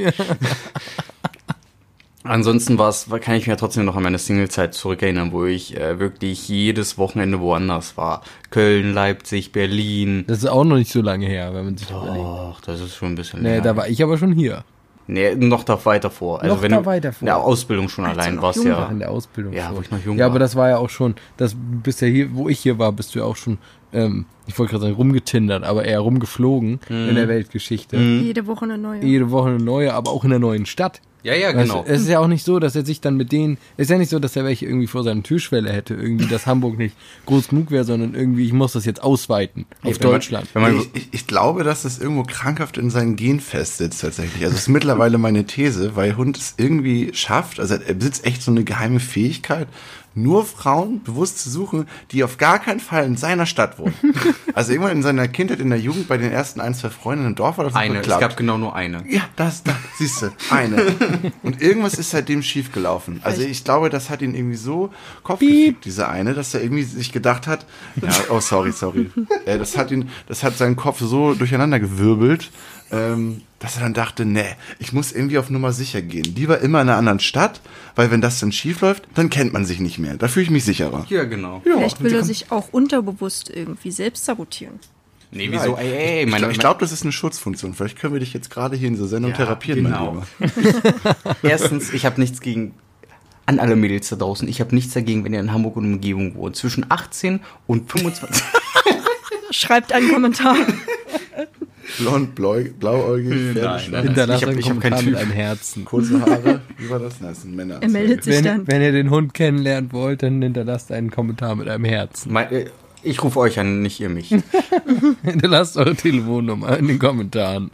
Ansonsten war's, kann ich mir trotzdem noch an meine Singlezeit zurückerinnern, wo ich äh, wirklich jedes Wochenende woanders war. Köln, Leipzig, Berlin. Das ist auch noch nicht so lange her, wenn man sich das überlegt. Och, das ist schon ein bisschen Nee, länger. da war ich aber schon hier. Nee, noch da weiter vor. Also Noch wenn da du weiter vor. in der Ausbildung schon Als du allein noch warst, jung ja. In der Ausbildung Ja, schon. wo ich noch jung Ja, war. aber das war ja auch schon, das bist ja hier, wo ich hier war, bist du ja auch schon, ähm, ich wollte gerade sagen rumgetindert, aber eher rumgeflogen in der Weltgeschichte. Jede Woche eine neue. Jede Woche eine neue, aber auch in der neuen Stadt. Ja, ja, Weißt genau. du, es ist ja auch nicht so, dass er sich dann mit denen, es ist ja nicht so, dass er welche irgendwie vor seiner Türschwelle hätte, irgendwie, dass Hamburg nicht groß genug wäre, sondern irgendwie, ich muss das jetzt ausweiten auf wenn man- Deutschland. Wenn man, ich, ich, ich glaube, dass das irgendwo krankhaft in seinen Gen festsitzt tatsächlich. Also das ist mittlerweile meine These, weil Hund es irgendwie schafft, also er besitzt echt so eine geheime Fähigkeit, nur Frauen bewusst zu suchen, die auf gar keinen Fall in seiner Stadt wohnen. Also irgendwann in seiner Kindheit, in der Jugend, bei den ersten ein, zwei Freunden im Dorf war das eine, es geklappt. gab genau nur eine. Ja, das, da, siehst du, eine. Und irgendwas ist seitdem schief gelaufen. Also ich glaube, das hat ihn irgendwie so Kopf gefickt, diese eine, dass er irgendwie sich gedacht hat, ja, oh sorry, sorry. Äh, das hat ihn, das hat seinen Kopf so durcheinander gewirbelt, ähm, dass er dann dachte, nee, ich muss irgendwie auf Nummer sicher gehen. Lieber immer in einer anderen Stadt, weil wenn das dann schief läuft, dann kennt man sich nicht mehr. Da fühle ich mich sicherer. Ja, genau. Vielleicht will er sich auch unterbewusst irgendwie selbst sabotieren. Nee, wieso? Ey, ey, Ich, meine, glaub- ich glaube, das ist eine Schutzfunktion. Vielleicht können wir dich jetzt gerade hier in dieser Sendung Ja, therapieren, genau. mein Lieber. Erstens, ich habe nichts gegen, an alle Mädels da draußen, ich habe nichts dagegen, wenn ihr in Hamburg und Umgebung wohnt. Zwischen achtzehn und fünfundzwanzig. Schreibt einen Kommentar. Blond, blau, blauäugig, Nein, Pferdeschwanz, nein. Hinterlasst ich hab- einen ich hab keinen Kommentar mit Typ. einem Herzen. kurze Haare. Wie war das? Na, das sind Männer. Er meldet sich Wenn, dann. wenn ihr den Hund kennenlernen wollt, dann hinterlasst einen Kommentar mit einem Herzen. Mein, äh, ich rufe euch an, nicht ihr mich. Hinterlasst eure Telefonnummer in den Kommentaren.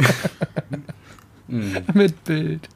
Mit Bild.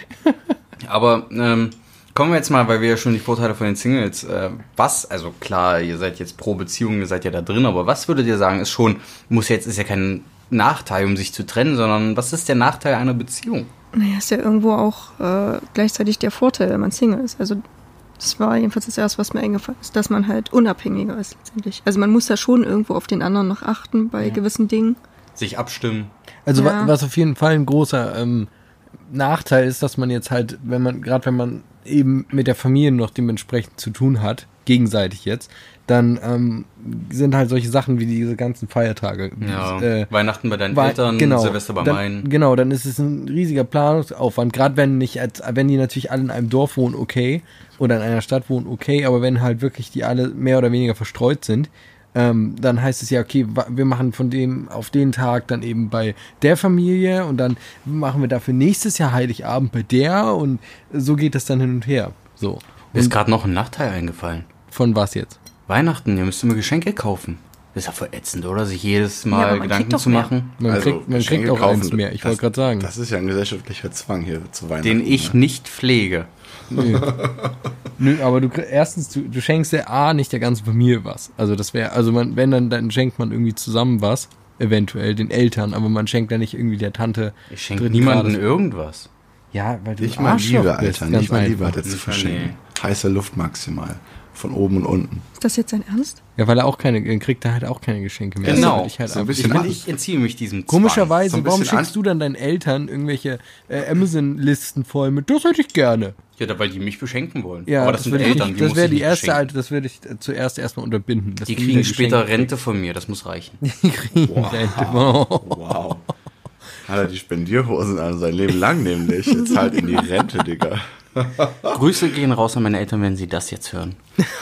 Aber ähm, kommen wir jetzt mal, weil wir ja schon die Vorteile von den Singles, äh, was, also klar, ihr seid jetzt pro Beziehung, ihr seid ja da drin, aber was würdet ihr sagen, ist schon, muss jetzt, ist ja kein Nachteil, um sich zu trennen, sondern was ist der Nachteil einer Beziehung? Naja, ist ja irgendwo auch äh, gleichzeitig der Vorteil, wenn man Single ist. Also das war jedenfalls das Erste, was mir eingefallen ist, dass man halt unabhängiger ist letztendlich. Also man muss ja schon irgendwo auf den anderen noch achten bei gewissen Dingen. Sich abstimmen. Also Ja. wa- was auf jeden Fall ein großer ähm, Nachteil ist, dass man jetzt halt, wenn man, gerade wenn man eben mit der Familie noch dementsprechend zu tun hat, gegenseitig jetzt, dann ähm, sind halt solche Sachen wie diese ganzen Feiertage. Ja, Äh, Weihnachten bei deinen Wei- Eltern, genau, Silvester bei dann, meinen. Genau, dann ist es ein riesiger Planungsaufwand. Gerade wenn nicht, als, wenn die natürlich alle in einem Dorf wohnen, okay, oder in einer Stadt wohnen, okay, aber wenn halt wirklich die alle mehr oder weniger verstreut sind, ähm, dann heißt es ja, okay, wa- wir machen von dem auf den Tag dann eben bei der Familie und dann machen wir dafür nächstes Jahr Heiligabend bei der und so geht das dann hin und her. So. Mir ist Und gerade noch ein Nachteil eingefallen. von was jetzt? Weihnachten, ihr müsst immer Geschenke kaufen. Das ist ja voll ätzend, oder? Sich jedes Ja, Mal aber man Gedanken kriegt doch zu mehr. machen. Man Also, kriegt, man Geschenke kriegt auch kaufen, eins mehr, ich das- wollte gerade sagen. Das ist ja ein gesellschaftlicher Zwang hier zu Weihnachten. Den ich ne? nicht pflege. Nö. Nö, aber du krieg- erstens, du, du schenkst der A nicht der ganzen Familie was. Also das wäre, also man, wenn dann, dann schenkt man irgendwie zusammen was, eventuell den Eltern, aber man schenkt ja nicht irgendwie der Tante. Ich schenke dritten niemandem Grades. irgendwas. Ja, weil du Nicht ein mal Arschloch Liebe, bist, Alter. ganz Nicht mal Liebe einfach. hat er zu Nicht mal, verschenken. Heiße Luft maximal. Von oben und unten. Ist das jetzt dein Ernst? Ja, weil er auch keine, dann kriegt er halt auch keine Geschenke mehr. Genau. Das will ich halt So ein ab- bisschen ich, Ich, ich entziehe mich diesem Zwang. komischerweise, So ein warum bisschen schickst an- du dann deinen Eltern irgendwelche äh, Amazon-Listen voll mit, das hätte ich gerne. Ja, da- weil die mich beschenken wollen. Ja, Aber das, das, sind würde ich Eltern, nicht, die das muss wäre ich die nicht erste, beschenken. Alter, das würde ich äh, zuerst erstmal unterbinden. dass Die du kriegen wieder später Geschenke Rente von mir, das muss reichen. kriegst. Die kriegen Rente. Wow. Wow. Hat er die Spendierhosen an sein Leben lang nämlich. Jetzt halt in die Rente, Digga. Grüße gehen raus an meine Eltern, wenn sie das jetzt hören.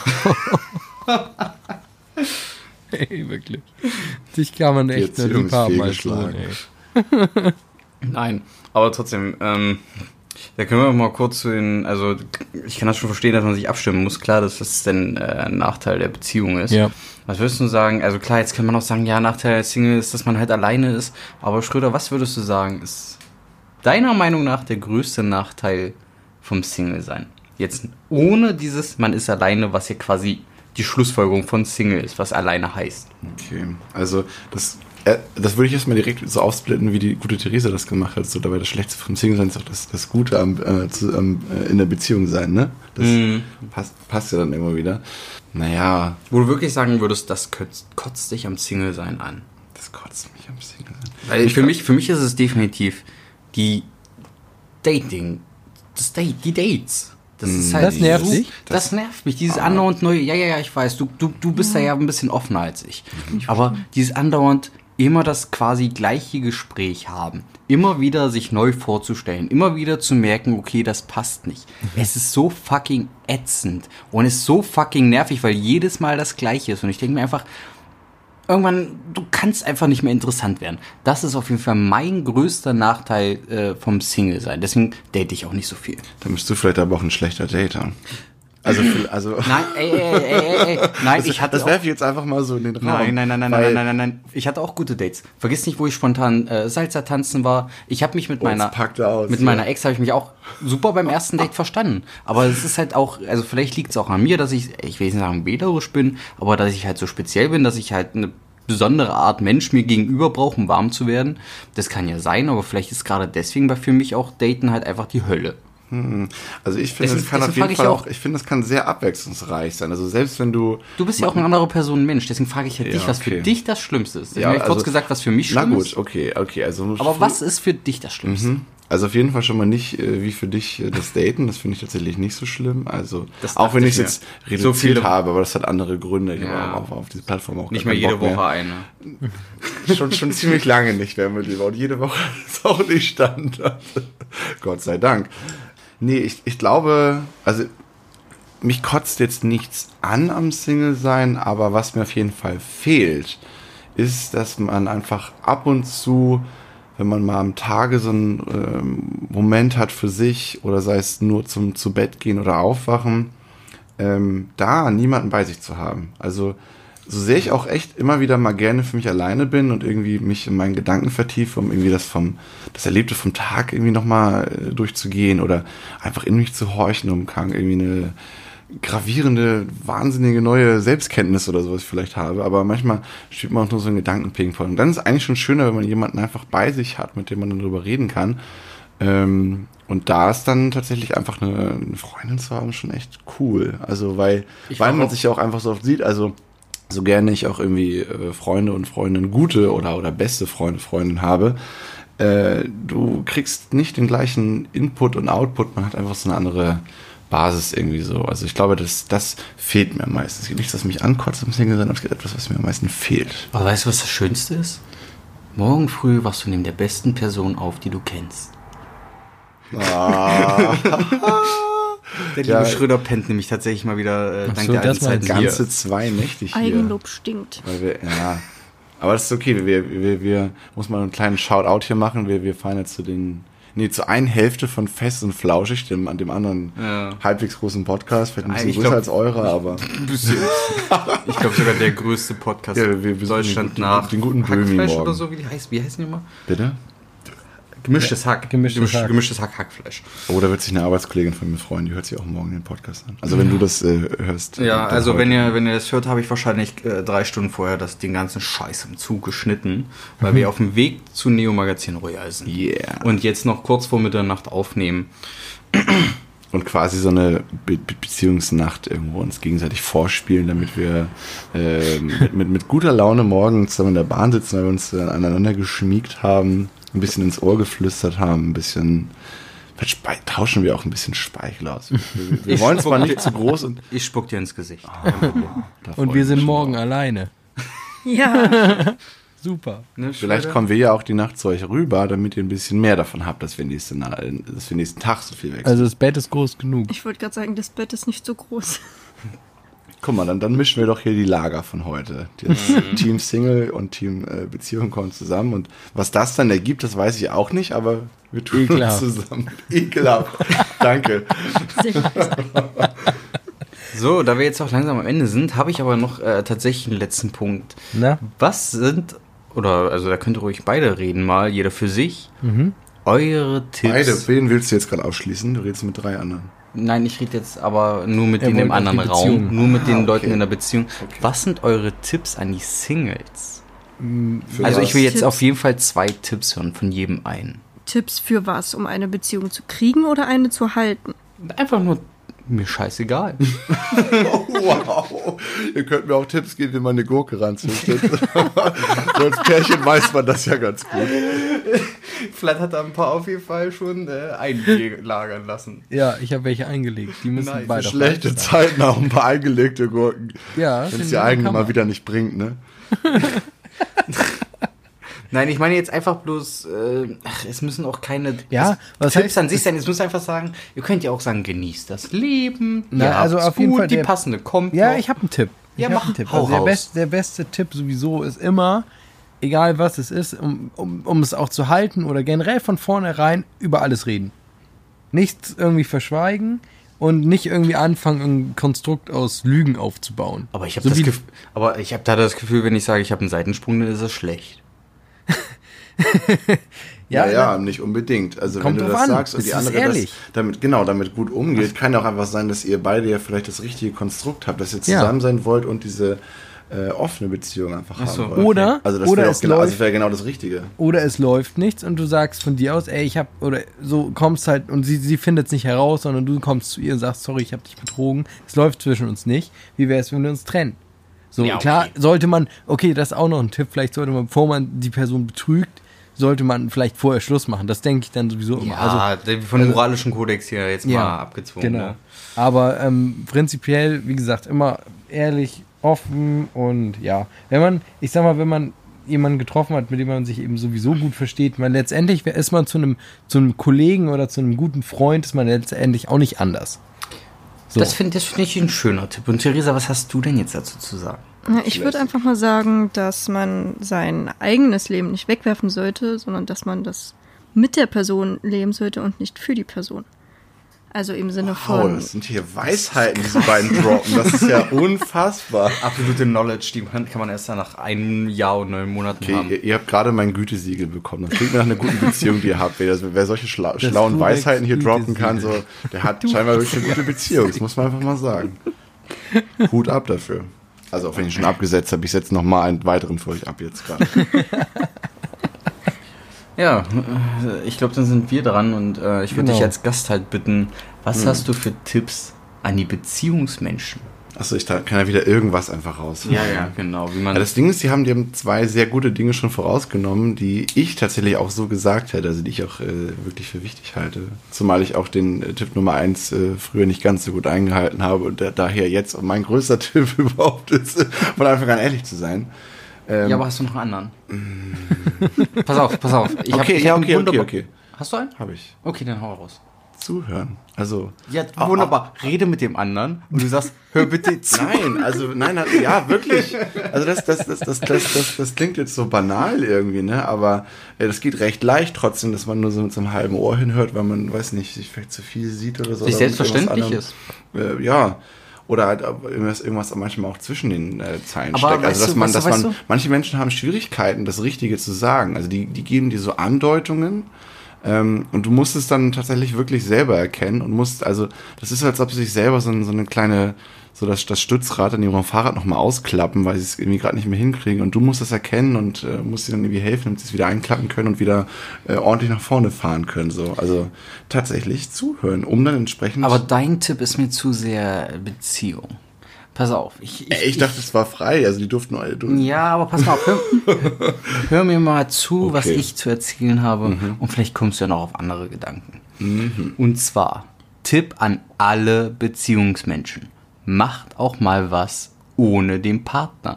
Ey, wirklich. Dich kann man echt nur lieb haben als Sohn, ey. Nein, aber trotzdem, ähm, da können wir mal kurz zu den, also ich kann das schon verstehen, dass man sich abstimmen muss. Klar, dass das denn äh, ein Nachteil der Beziehung ist. Ja. Was würdest du sagen? Also klar, jetzt kann man auch sagen, ja, Nachteil der Single ist, dass man halt alleine ist. Aber Schröder, was würdest du sagen, ist deiner Meinung nach der größte Nachteil vom Single-Sein? Jetzt ohne dieses, man ist alleine, was ja quasi die Schlussfolgerung von Single ist, was alleine heißt. Okay, also das, äh, das würde ich erstmal direkt so aufsplitten, wie die gute Theresa das gemacht hat. So dabei das Schlechteste vom Single-Sein ist auch das, das Gute am, äh, zu, am, äh, in der Beziehung sein, ne? Das Mhm. passt, passt ja dann immer wieder. Naja, Wo du wirklich sagen würdest, das kotzt, kotzt dich am Single-Sein an. das kotzt mich am Single-Sein. Weil für mich, für mich ist es definitiv die Dating, das Date, die Dates. Das ist halt Das nervt so, dich? Das, nervt mich. Dieses andauernd neue, ja, ja, ja, ich weiß, du, du, du bist da ja ein bisschen offener als ich. Aber dieses andauernd immer das quasi gleiche Gespräch haben. Immer wieder sich neu vorzustellen. Immer wieder zu merken, okay, das passt nicht. Es ist so fucking ätzend. Und es ist so fucking nervig, weil jedes Mal das Gleiche ist. Und ich denke mir einfach, irgendwann, du kannst einfach nicht mehr interessant werden. Das ist auf jeden Fall mein größter Nachteil äh, vom Single-Sein. Deswegen date ich auch nicht so viel. Dann bist du vielleicht aber auch ein schlechter Dater. Also, also Nein, ey, ey, ey, ey, ey. Nein, ich hatte das auch, werfe ich jetzt einfach mal so in den Raum. Nein, nein, nein, nein, weil- nein, nein, nein, nein. Ich hatte auch gute Dates. Vergiss nicht, wo ich spontan äh, Salsa tanzen war. Ich habe mich mit Oh, meiner jetzt packt er aus, mit ja. meiner Ex habe ich mich auch super beim ersten Date verstanden. Aber es ist halt auch, also vielleicht liegt es auch an mir, dass ich, ich will nicht sagen wählerisch bin, aber dass ich halt so speziell bin, dass ich halt eine besondere Art Mensch mir gegenüber brauche, um warm zu werden. Das kann ja sein, aber vielleicht ist gerade deswegen bei für mich auch Daten halt einfach die Hölle. Also ich finde, Deswegen- das kann deswegen auf jeden frage ich Fall auch- auch, ich finde, das kann sehr abwechslungsreich sein. Also selbst wenn du... Du bist ja auch eine andere Person Mensch, deswegen frage ich halt Ja, dich, was okay. für dich das Schlimmste ist. Ich Ja, habe kurz also- gesagt, was für mich Na schlimm gut, ist. okay, okay. Also Aber was ist für dich das Schlimmste? Mhm. Also auf jeden Fall schon mal nicht äh, wie für dich äh, das Daten, das finde ich tatsächlich nicht so schlimm. Also Das auch dachte wenn ich ich es mir. jetzt So reduziert viele- habe, aber das hat andere Gründe. Ich Ja. habe auf, auf diese Plattform auch Nicht gar mehr keinen jede Bock Woche eine. mehr. Schon, schon ziemlich lange nicht mehr, mein Lieber. Und jede Woche ist auch nicht Standard. Gott sei Dank. Nee, ich, ich glaube, also mich kotzt jetzt nichts an am Single-Sein, aber was mir auf jeden Fall fehlt, ist, dass man einfach ab und zu, wenn man mal am Tage so einen ähm, Moment hat für sich oder sei es nur zum zu Bett gehen oder aufwachen, ähm, da niemanden bei sich zu haben. Also so sehr ich auch echt immer wieder mal gerne für mich alleine bin und irgendwie mich in meinen Gedanken vertiefe, um irgendwie das vom das Erlebte vom Tag irgendwie nochmal äh, durchzugehen oder einfach in mich zu horchen, um kann irgendwie eine gravierende, wahnsinnige neue Selbstkenntnis oder sowas vielleicht habe, aber manchmal steht man auch nur so in Gedankenping-Pong. Und dann ist es eigentlich schon schöner, wenn man jemanden einfach bei sich hat, mit dem man dann drüber reden kann. Ähm, und da ist dann tatsächlich einfach eine, eine Freundin zu haben schon echt cool. Also weil, Ich weil war man auch- sich ja auch einfach so oft sieht, also so gerne ich auch irgendwie äh, Freunde und Freundinnen gute oder, oder beste Freunde, Freundinnen habe, äh, du kriegst nicht den gleichen Input und Output, man hat einfach so eine andere Basis irgendwie so. Also ich glaube, das, das fehlt mir am meisten. Es gibt nichts, was mich ankotzt im Single sein, aber es gibt etwas, was mir am meisten fehlt. Aber weißt du, was das Schönste ist? Morgen früh wachst du neben der besten Person auf, die du kennst. Ah, Der Ja. liebe Schröder pennt nämlich tatsächlich mal wieder äh, Ach dank so, der alten das Zeiten meinst du. hier. ganze zwei Nächte hier. Eigenlob stinkt. Weil wir, ja. Aber das ist okay. Wir, wir, wir muss mal einen kleinen Shoutout hier machen. Wir, wir fahren jetzt zu den, nee, zu einer Hälfte von Fest und Flauschig, dem, an dem anderen Ja. halbwegs großen Podcast. Vielleicht ein bisschen Ich größer glaub- als eure, aber Ein bisschen. Ich glaube sogar der größte Podcast Ja, wir- wir in sind Deutschland den- nach den guten Böhmi Hackfleisch morgen. oder so, wie die heißt. Wie heißen die immer? bitte? Gemischtes Hack. Gemischtes Gemisch- Hack. Gemischtes Hack, Hackfleisch. Oh, da wird sich eine Arbeitskollegin von mir freuen. Die hört sich auch morgen den Podcast an. Also wenn du das äh, hörst. Ja, dann also heute. wenn ihr, wenn ihr das hört, habe ich wahrscheinlich äh, drei Stunden vorher das, den ganzen Scheiß im Zug geschnitten, weil wir auf dem Weg zu Neo Magazin Royal sind. Yeah. Und jetzt noch kurz vor Mitternacht aufnehmen. Und quasi so eine Be Be Beziehungsnacht irgendwo uns gegenseitig vorspielen, damit wir äh, mit, mit, mit guter Laune morgen zusammen in der Bahn sitzen, weil wir uns äh, aneinander geschmiegt haben, ein bisschen ins Ohr geflüstert haben, ein bisschen vielleicht spei- tauschen wir auch ein bisschen Speichel aus. Wir, wir Ich wollen zwar spuck- nicht zu groß und Ich spuck dir ins Gesicht. da Und freue wir ich sind mich morgen drauf. alleine. Ja, Super. Ne, Vielleicht Schröder? kommen wir ja auch die Nacht zu euch rüber, damit ihr ein bisschen mehr davon habt, dass wir nächsten, dass wir nächsten Tag so viel wechseln. Also das Bett ist groß genug. ich wollte gerade sagen, das Bett ist nicht so groß. Guck mal, dann, dann mischen wir doch hier die Lager von heute. Das Team Single und Team äh, Beziehung kommen zusammen. Und was das dann ergibt, das weiß ich auch nicht, aber wir tun Ekelhaft. uns zusammen. Ekelhaft. Danke. Sehr nice. So, da wir jetzt auch langsam am Ende sind, habe ich aber noch äh, tatsächlich einen letzten Punkt. Na? Was sind, oder also da könnt ihr ruhig beide reden mal, jeder für sich, Mhm. eure Tipps. Beide, wen willst du jetzt gerade ausschließen? Du redest mit drei anderen. Nein, ich rede jetzt aber nur mit Er denen im wollte auf anderen die Raum, Beziehung. nur mit den Ah, okay. Leuten in der Beziehung. Okay. Was sind eure Tipps an die Singles? Für Also was? ich will jetzt Tipps? auf jeden Fall zwei Tipps hören von jedem einen. Tipps für was? Um eine Beziehung zu kriegen oder eine zu halten? Einfach nur, mir scheißegal. Oh, wow. Ihr könnt mir auch Tipps geben, wie man eine Gurke ranzüchtet. So als Pärchen weiß man das ja ganz gut. Vielleicht hat er ein paar auf jeden Fall schon äh, einlagern lassen. Ja, ich habe welche eingelegt. Die müssen Nice. beide Schlechte rein sein. Zeiten auch ein paar eingelegte Gurken. Ja, Wenn es finde die ich, eigene kann man. mal wieder nicht bringt, ne? Nein, ich meine jetzt einfach bloß, äh, ach, es müssen auch keine Ja, was Tipps heißt- an sich sein. Es muss einfach sagen, ihr könnt ja auch sagen, genießt das Leben. Na, ihr also habt's auf jeden gut, Fall die der- passende kommt Ja, noch. ich habe einen Tipp. Ich Ja, hab mach, einen Tipp. hau Also der, raus. best, der beste Tipp sowieso ist immer, egal was es ist, um, um, um es auch zu halten oder generell von vornherein über alles reden. Nichts irgendwie verschweigen und nicht irgendwie anfangen, ein Konstrukt aus Lügen aufzubauen. Aber ich habe So das wie- Gefühl, aber ich habe da das Gefühl, wenn ich sage, ich habe einen Seitensprung, dann ist es schlecht. Ja, Ja, ja, nicht unbedingt. Also Kommt wenn du drauf das an. sagst und Es die ist andere ehrlich. das damit, genau, damit gut umgeht, kann ja auch einfach sein, dass ihr beide ja vielleicht das richtige Konstrukt habt, dass ihr Ja. zusammen sein wollt und diese äh, offene Beziehung einfach Ach so, haben wollt. Oder- also das oder wäre es auch genau, also läuft- das wäre genau das Richtige. Oder es läuft nichts und du sagst von dir aus, ey, ich hab, oder so kommst halt und sie, sie findet es nicht heraus, sondern du kommst zu ihr und sagst, sorry, ich habe dich betrogen, es läuft zwischen uns nicht, wie wäre es, wenn wir uns trennen? So, Ja, okay. klar, sollte man, okay, das ist auch noch ein Tipp, vielleicht sollte man, bevor man die Person betrügt, sollte man vielleicht vorher Schluss machen, das denke ich dann sowieso immer. Also, Ja, der von dem moralischen Kodex hier jetzt Ja, mal abgezwungen. genau. Ne? Aber ähm, prinzipiell, wie gesagt, immer ehrlich, offen und ja, wenn man, ich sag mal, wenn man jemanden getroffen hat, mit dem man sich eben sowieso gut versteht, man letztendlich ist man zu einem zu einem Kollegen oder zu einem guten Freund, ist man letztendlich auch nicht anders. So. Das finde das find ich ein schöner Tipp. Und Theresa, was hast du denn jetzt dazu zu sagen? Ja, ich würde einfach mal sagen, dass man sein eigenes Leben nicht wegwerfen sollte, sondern dass man das mit der Person leben sollte und nicht für die Person. Also im Sinne Wow, von... das sind hier Weisheiten, diese beiden droppen. Das ist ja unfassbar. Absolute Knowledge, die kann kann man erst nach einem Jahr und neun Monaten Okay, haben. ihr, ihr habt gerade mein Gütesiegel bekommen. Das klingt mir nach einer guten Beziehung, die ihr habt. Wer, das, wer solche schla Das schlauen Durex Weisheiten hier droppen kann, so, Gütesiegel. der hat scheinbar wirklich eine gute Beziehung. Das muss man einfach mal sagen. Hut ab dafür. Also auch wenn ich schon abgesetzt habe, ich setze noch mal einen weiteren für euch ab jetzt gerade. Ja, äh, ich glaube, dann sind wir dran und äh, ich würde Genau. dich als Gast halt bitten, was hast du für Tipps an die Beziehungsmenschen? Achso, ich da kann ja wieder irgendwas einfach raus. genau. Wie man Ja, das Ding ist, die haben, die haben zwei sehr gute Dinge schon vorausgenommen, die ich tatsächlich auch so gesagt hätte, also die ich auch äh, wirklich für wichtig halte. Zumal ich auch den äh, Tipp Nummer eins äh, früher nicht ganz so gut eingehalten habe und da, daher jetzt mein größter Tipp überhaupt ist, von Anfang an ehrlich zu sein. Ähm, ja, aber hast du noch einen anderen? pass auf, pass auf. Ich hab- okay, ich ja, hab einen okay, okay, wunderbar- okay. Hast du einen? Habe ich. Okay, dann hau raus. Zuhören. Also. Ja, Ah, wunderbar. Rede mit dem anderen und du sagst, hör bitte zu. Nein, also nein, also, ja, wirklich. Also das, das, das, das, das, das, das klingt jetzt so banal irgendwie, ne? Aber äh, das geht recht leicht trotzdem, dass man nur so mit so einem halben Ohr hinhört, weil man, weiß nicht, sich vielleicht zu viel sieht oder so. Sich oder mit selbstverständlich irgendwas ist. anderem. Äh, ja. Oder halt irgendwas, irgendwas manchmal auch zwischen den äh, Zeilen Aber steckt. Also weißt dass du, man, weißt du, dass man, weißt du? manche Menschen haben Schwierigkeiten, das Richtige zu sagen. Also die, die geben dir so Andeutungen. Ähm, und du musst es dann tatsächlich wirklich selber erkennen und musst, also, das ist, als ob sie sich selber so, so eine kleine, so das, das Stützrad an ihrem Fahrrad nochmal ausklappen, weil sie es irgendwie gerade nicht mehr hinkriegen und du musst das erkennen und äh, musst ihnen dann irgendwie helfen, damit sie es wieder einklappen können und wieder äh, ordentlich nach vorne fahren können, so. Also, tatsächlich zuhören, um dann entsprechend. Aber dein Tipp ist mir zu sehr Beziehung. Pass auf. Ich, Ey, ich dachte, es war frei, also die durften alle durch. Ja, aber pass mal auf. Hör, hör mir mal zu, Okay. was ich zu erzählen habe. Mhm. Und vielleicht kommst du ja noch auf andere Gedanken. Und zwar, Tipp an alle Beziehungsmenschen. Macht auch mal was ohne den Partner.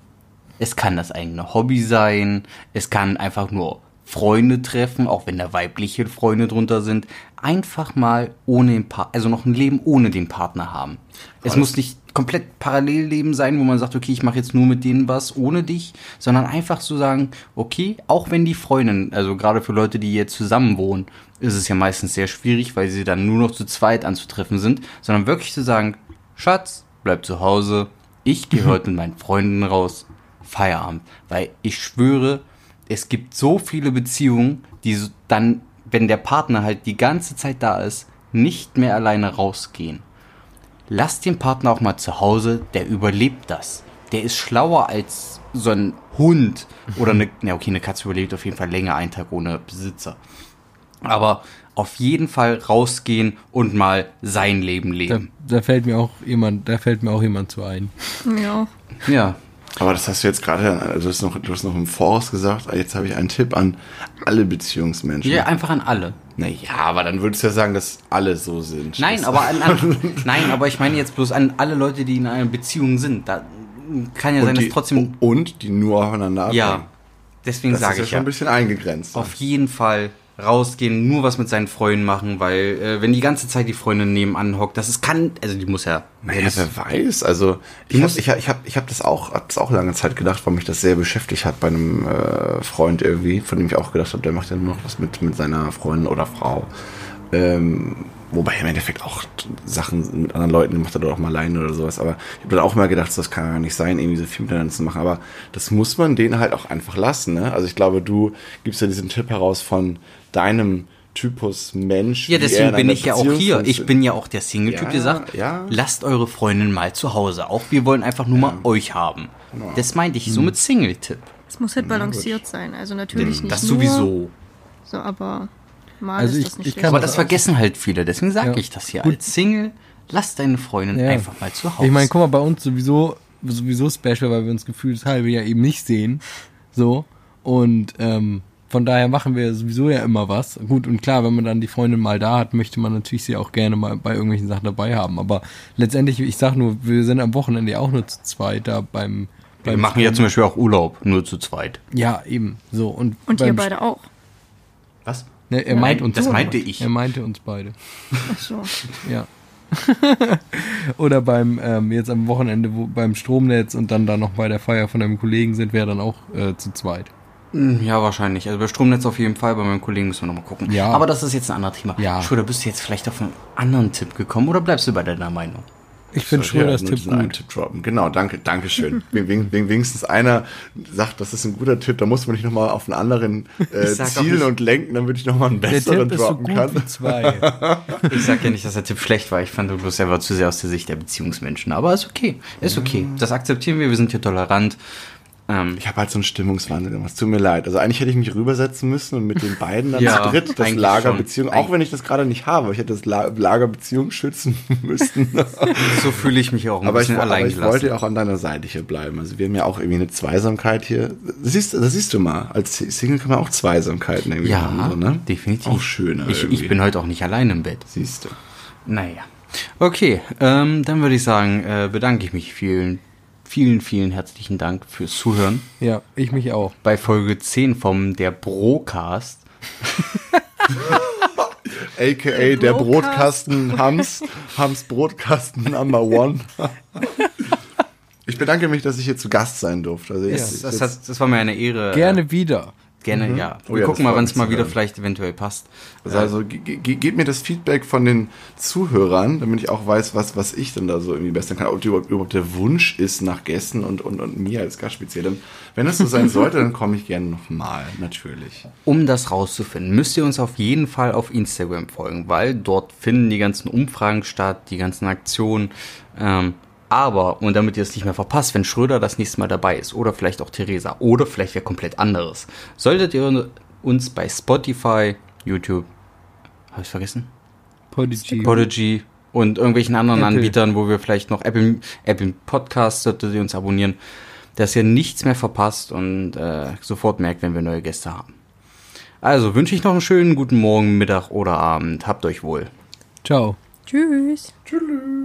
Es kann das eigene Hobby sein. Es kann einfach nur Freunde treffen, auch wenn da weibliche Freunde drunter sind. Einfach mal ohne den Partner, also noch ein Leben ohne den Partner haben. Es das- muss nicht komplett Parallelleben sein, wo man sagt, okay, ich mache jetzt nur mit denen was ohne dich, sondern einfach zu sagen, okay, auch wenn die Freundin, also gerade für Leute, die jetzt zusammen wohnen, ist es ja meistens sehr schwierig, weil sie dann nur noch zu zweit anzutreffen sind, sondern wirklich zu sagen, Schatz, bleib zu Hause, ich gehe heute mit meinen Freunden raus, Feierabend. Weil ich schwöre, es gibt so viele Beziehungen, die so dann, wenn der Partner halt die ganze Zeit da ist, nicht mehr alleine rausgehen. Lass den Partner auch mal zu Hause, der überlebt das. Der ist schlauer als so ein Hund oder eine, na okay, eine Katze überlebt auf jeden Fall länger einen Tag ohne Besitzer. Aber auf jeden Fall rausgehen und mal sein Leben Da, leben. da fällt mir auch jemand, da fällt mir auch jemand zu ein. Ja. Ja. Aber das hast du jetzt gerade, also du hast noch, du hast noch im Voraus gesagt, jetzt habe ich einen Tipp an alle Beziehungsmenschen. Ja, einfach an alle. Naja, aber dann würdest du ja sagen, dass alle so sind. Nein, Das- aber an, an, nein, aber ich meine jetzt bloß an alle Leute, die in einer Beziehung sind. Da kann ja sein, und dass die, trotzdem. und die nur aufeinander abhängen. Ja. Deswegen das sage ist ja ich schon ja, ein bisschen eingegrenzt. auf jeden Fall rausgehen, nur was mit seinen Freunden machen, weil äh, wenn die ganze Zeit die Freundin nebenan hockt, das ist kann, also die muss ja... Naja, wer weiß. Also ich habe ich hab, ich hab, ich hab das auch, hab das auch lange Zeit gedacht, weil mich das sehr beschäftigt hat bei einem äh, Freund irgendwie, von dem ich auch gedacht habe, der macht ja nur noch was mit, mit seiner Freundin oder Frau. Ähm, wobei im Endeffekt auch Sachen mit anderen Leuten macht er doch auch mal alleine oder sowas. Aber ich habe dann auch mal gedacht, das kann ja nicht sein, irgendwie so viel miteinander zu machen. Aber das muss man denen halt auch einfach lassen. Ne? Also ich glaube, du gibst ja diesen Tipp heraus von deinem Typus Mensch. Ja, wie er deswegen in bin einer ich ja auch Beziehung hier. Ich funktioniert. bin ja auch der Single-Typ, Ja, der sagt, ja. lasst eure Freundin mal zu Hause. Auch wir wollen einfach nur mal euch haben. Genau. Das meinte ich so mit Single-Tipp. Es muss halt balanciert sein. Also natürlich nicht Das nur, sowieso. So, aber mal Also ist ich- das nicht ich schlecht. kann Aber das das vergessen halt viele. Deswegen sage Ja. ich das hier. Gut. Als Single, lass deine Freundin Ja. einfach mal zu Hause. Ich meine, guck mal, bei uns sowieso, sowieso special, weil wir uns gefühlt das halbe Jahr eben nicht sehen. So. Und ähm, von daher machen wir sowieso ja immer was. Gut, und klar, wenn man dann die Freundin mal da hat, möchte man natürlich sie auch gerne mal bei irgendwelchen Sachen dabei haben. Aber letztendlich, ich sag nur, wir sind am Wochenende ja auch nur zu zweit da beim... wir beim machen ja zum Beispiel auch Urlaub, nur zu zweit. Ja, eben. So. Und, Und beim ihr beide auch. Was? Ne, er meint Nein, uns das beide. meinte ich. Er meinte uns beide. Ach so. Ja. Oder beim, ähm, jetzt am Wochenende, wo, beim Stromnetz und dann da noch bei der Feier von einem Kollegen sind wir dann auch äh, zu zweit. Ja, wahrscheinlich. Also bei Stromnetz auf jeden Fall, bei meinem Kollegen müssen wir nochmal gucken. Ja. Aber das ist jetzt ein anderes Thema. Ja. Schröder, bist du jetzt vielleicht auf einen anderen Tipp gekommen oder bleibst du bei deiner Meinung? Ich finde Sollte ja Schröders nur Tipp diesen einen gut. Tipp droppen. Genau, danke, danke schön. Wenn, wenn, wenn wenigstens einer sagt, das ist ein guter Tipp, da muss man nicht nochmal auf einen anderen äh, Ich sag auch zielen nicht- und lenken, damit ich nochmal einen Der besseren Tipp ist so droppen gut kann. wie zwei. Ich sag ja nicht, dass der Tipp schlecht war. Ich fand du bloß, er war zu sehr aus der Sicht der Beziehungsmenschen. Aber ist okay. Ist okay. Das akzeptieren wir. Wir sind hier tolerant. Ähm, Ich habe halt so einen Stimmungswandel gemacht. Es tut mir leid. Also eigentlich hätte ich mich rübersetzen müssen und mit den beiden dann Ja, zu dritt das eigentlich Lagerbeziehung, schon. auch wenn ich das gerade nicht habe, ich hätte das La Lagerbeziehung schützen müssen. so fühle ich mich auch ein aber ich, bisschen aber allein ich gelassen. wollte ja auch an deiner Seite hier bleiben. Also wir haben ja auch irgendwie eine Zweisamkeit hier. Das siehst, das siehst du mal. Als Single kann man auch Zweisamkeiten irgendwie Ja, haben. So, ne? definitiv. Auch schöner Ich, irgendwie. ich bin heute auch nicht allein im Bett. Siehst du. Naja. Okay, ähm, dann würde ich sagen, äh, bedanke ich mich vielen, vielen, vielen herzlichen Dank fürs Zuhören Ja, ich mich auch. bei Folge zehn vom Der Brocast. A K A der Brotkasten. Brotkasten Hams. Hams Brotkasten Number One. Ich bedanke mich, dass ich hier zu Gast sein durfte. Also Das, jetzt, das, jetzt, hat, das war mir eine Ehre. Gerne wieder. Gerne, ja. Oh Wir ja, gucken das mal, wann es freut mal mich wieder zu vielleicht eventuell passt. also, also ge ge gebt mir das Feedback von den Zuhörern, damit ich auch weiß, was, was ich denn da so irgendwie besser kann. Ob die überhaupt, überhaupt der Wunsch ist nach Gästen und, und, und mir als Gast speziell. Denn wenn das so sein sollte, dann komme ich gerne nochmal, natürlich. Um das rauszufinden, müsst ihr uns auf jeden Fall auf Instagram folgen, weil dort finden die ganzen Umfragen statt, die ganzen Aktionen. Ähm, aber, und damit ihr es nicht mehr verpasst, wenn Schröder das nächste Mal dabei ist, oder vielleicht auch Theresa, oder vielleicht wer komplett anderes, solltet ihr uns bei Spotify, YouTube, habe ich vergessen? Podigy. Podigy und irgendwelchen anderen Apple. Anbietern, wo wir vielleicht noch Apple, Apple Podcasts, solltet ihr uns abonnieren, dass ihr nichts mehr verpasst und äh, sofort merkt, wenn wir neue Gäste haben. Also wünsche ich noch einen schönen guten Morgen, Mittag oder Abend. Habt euch wohl. Ciao. Tschüss. Tschüss.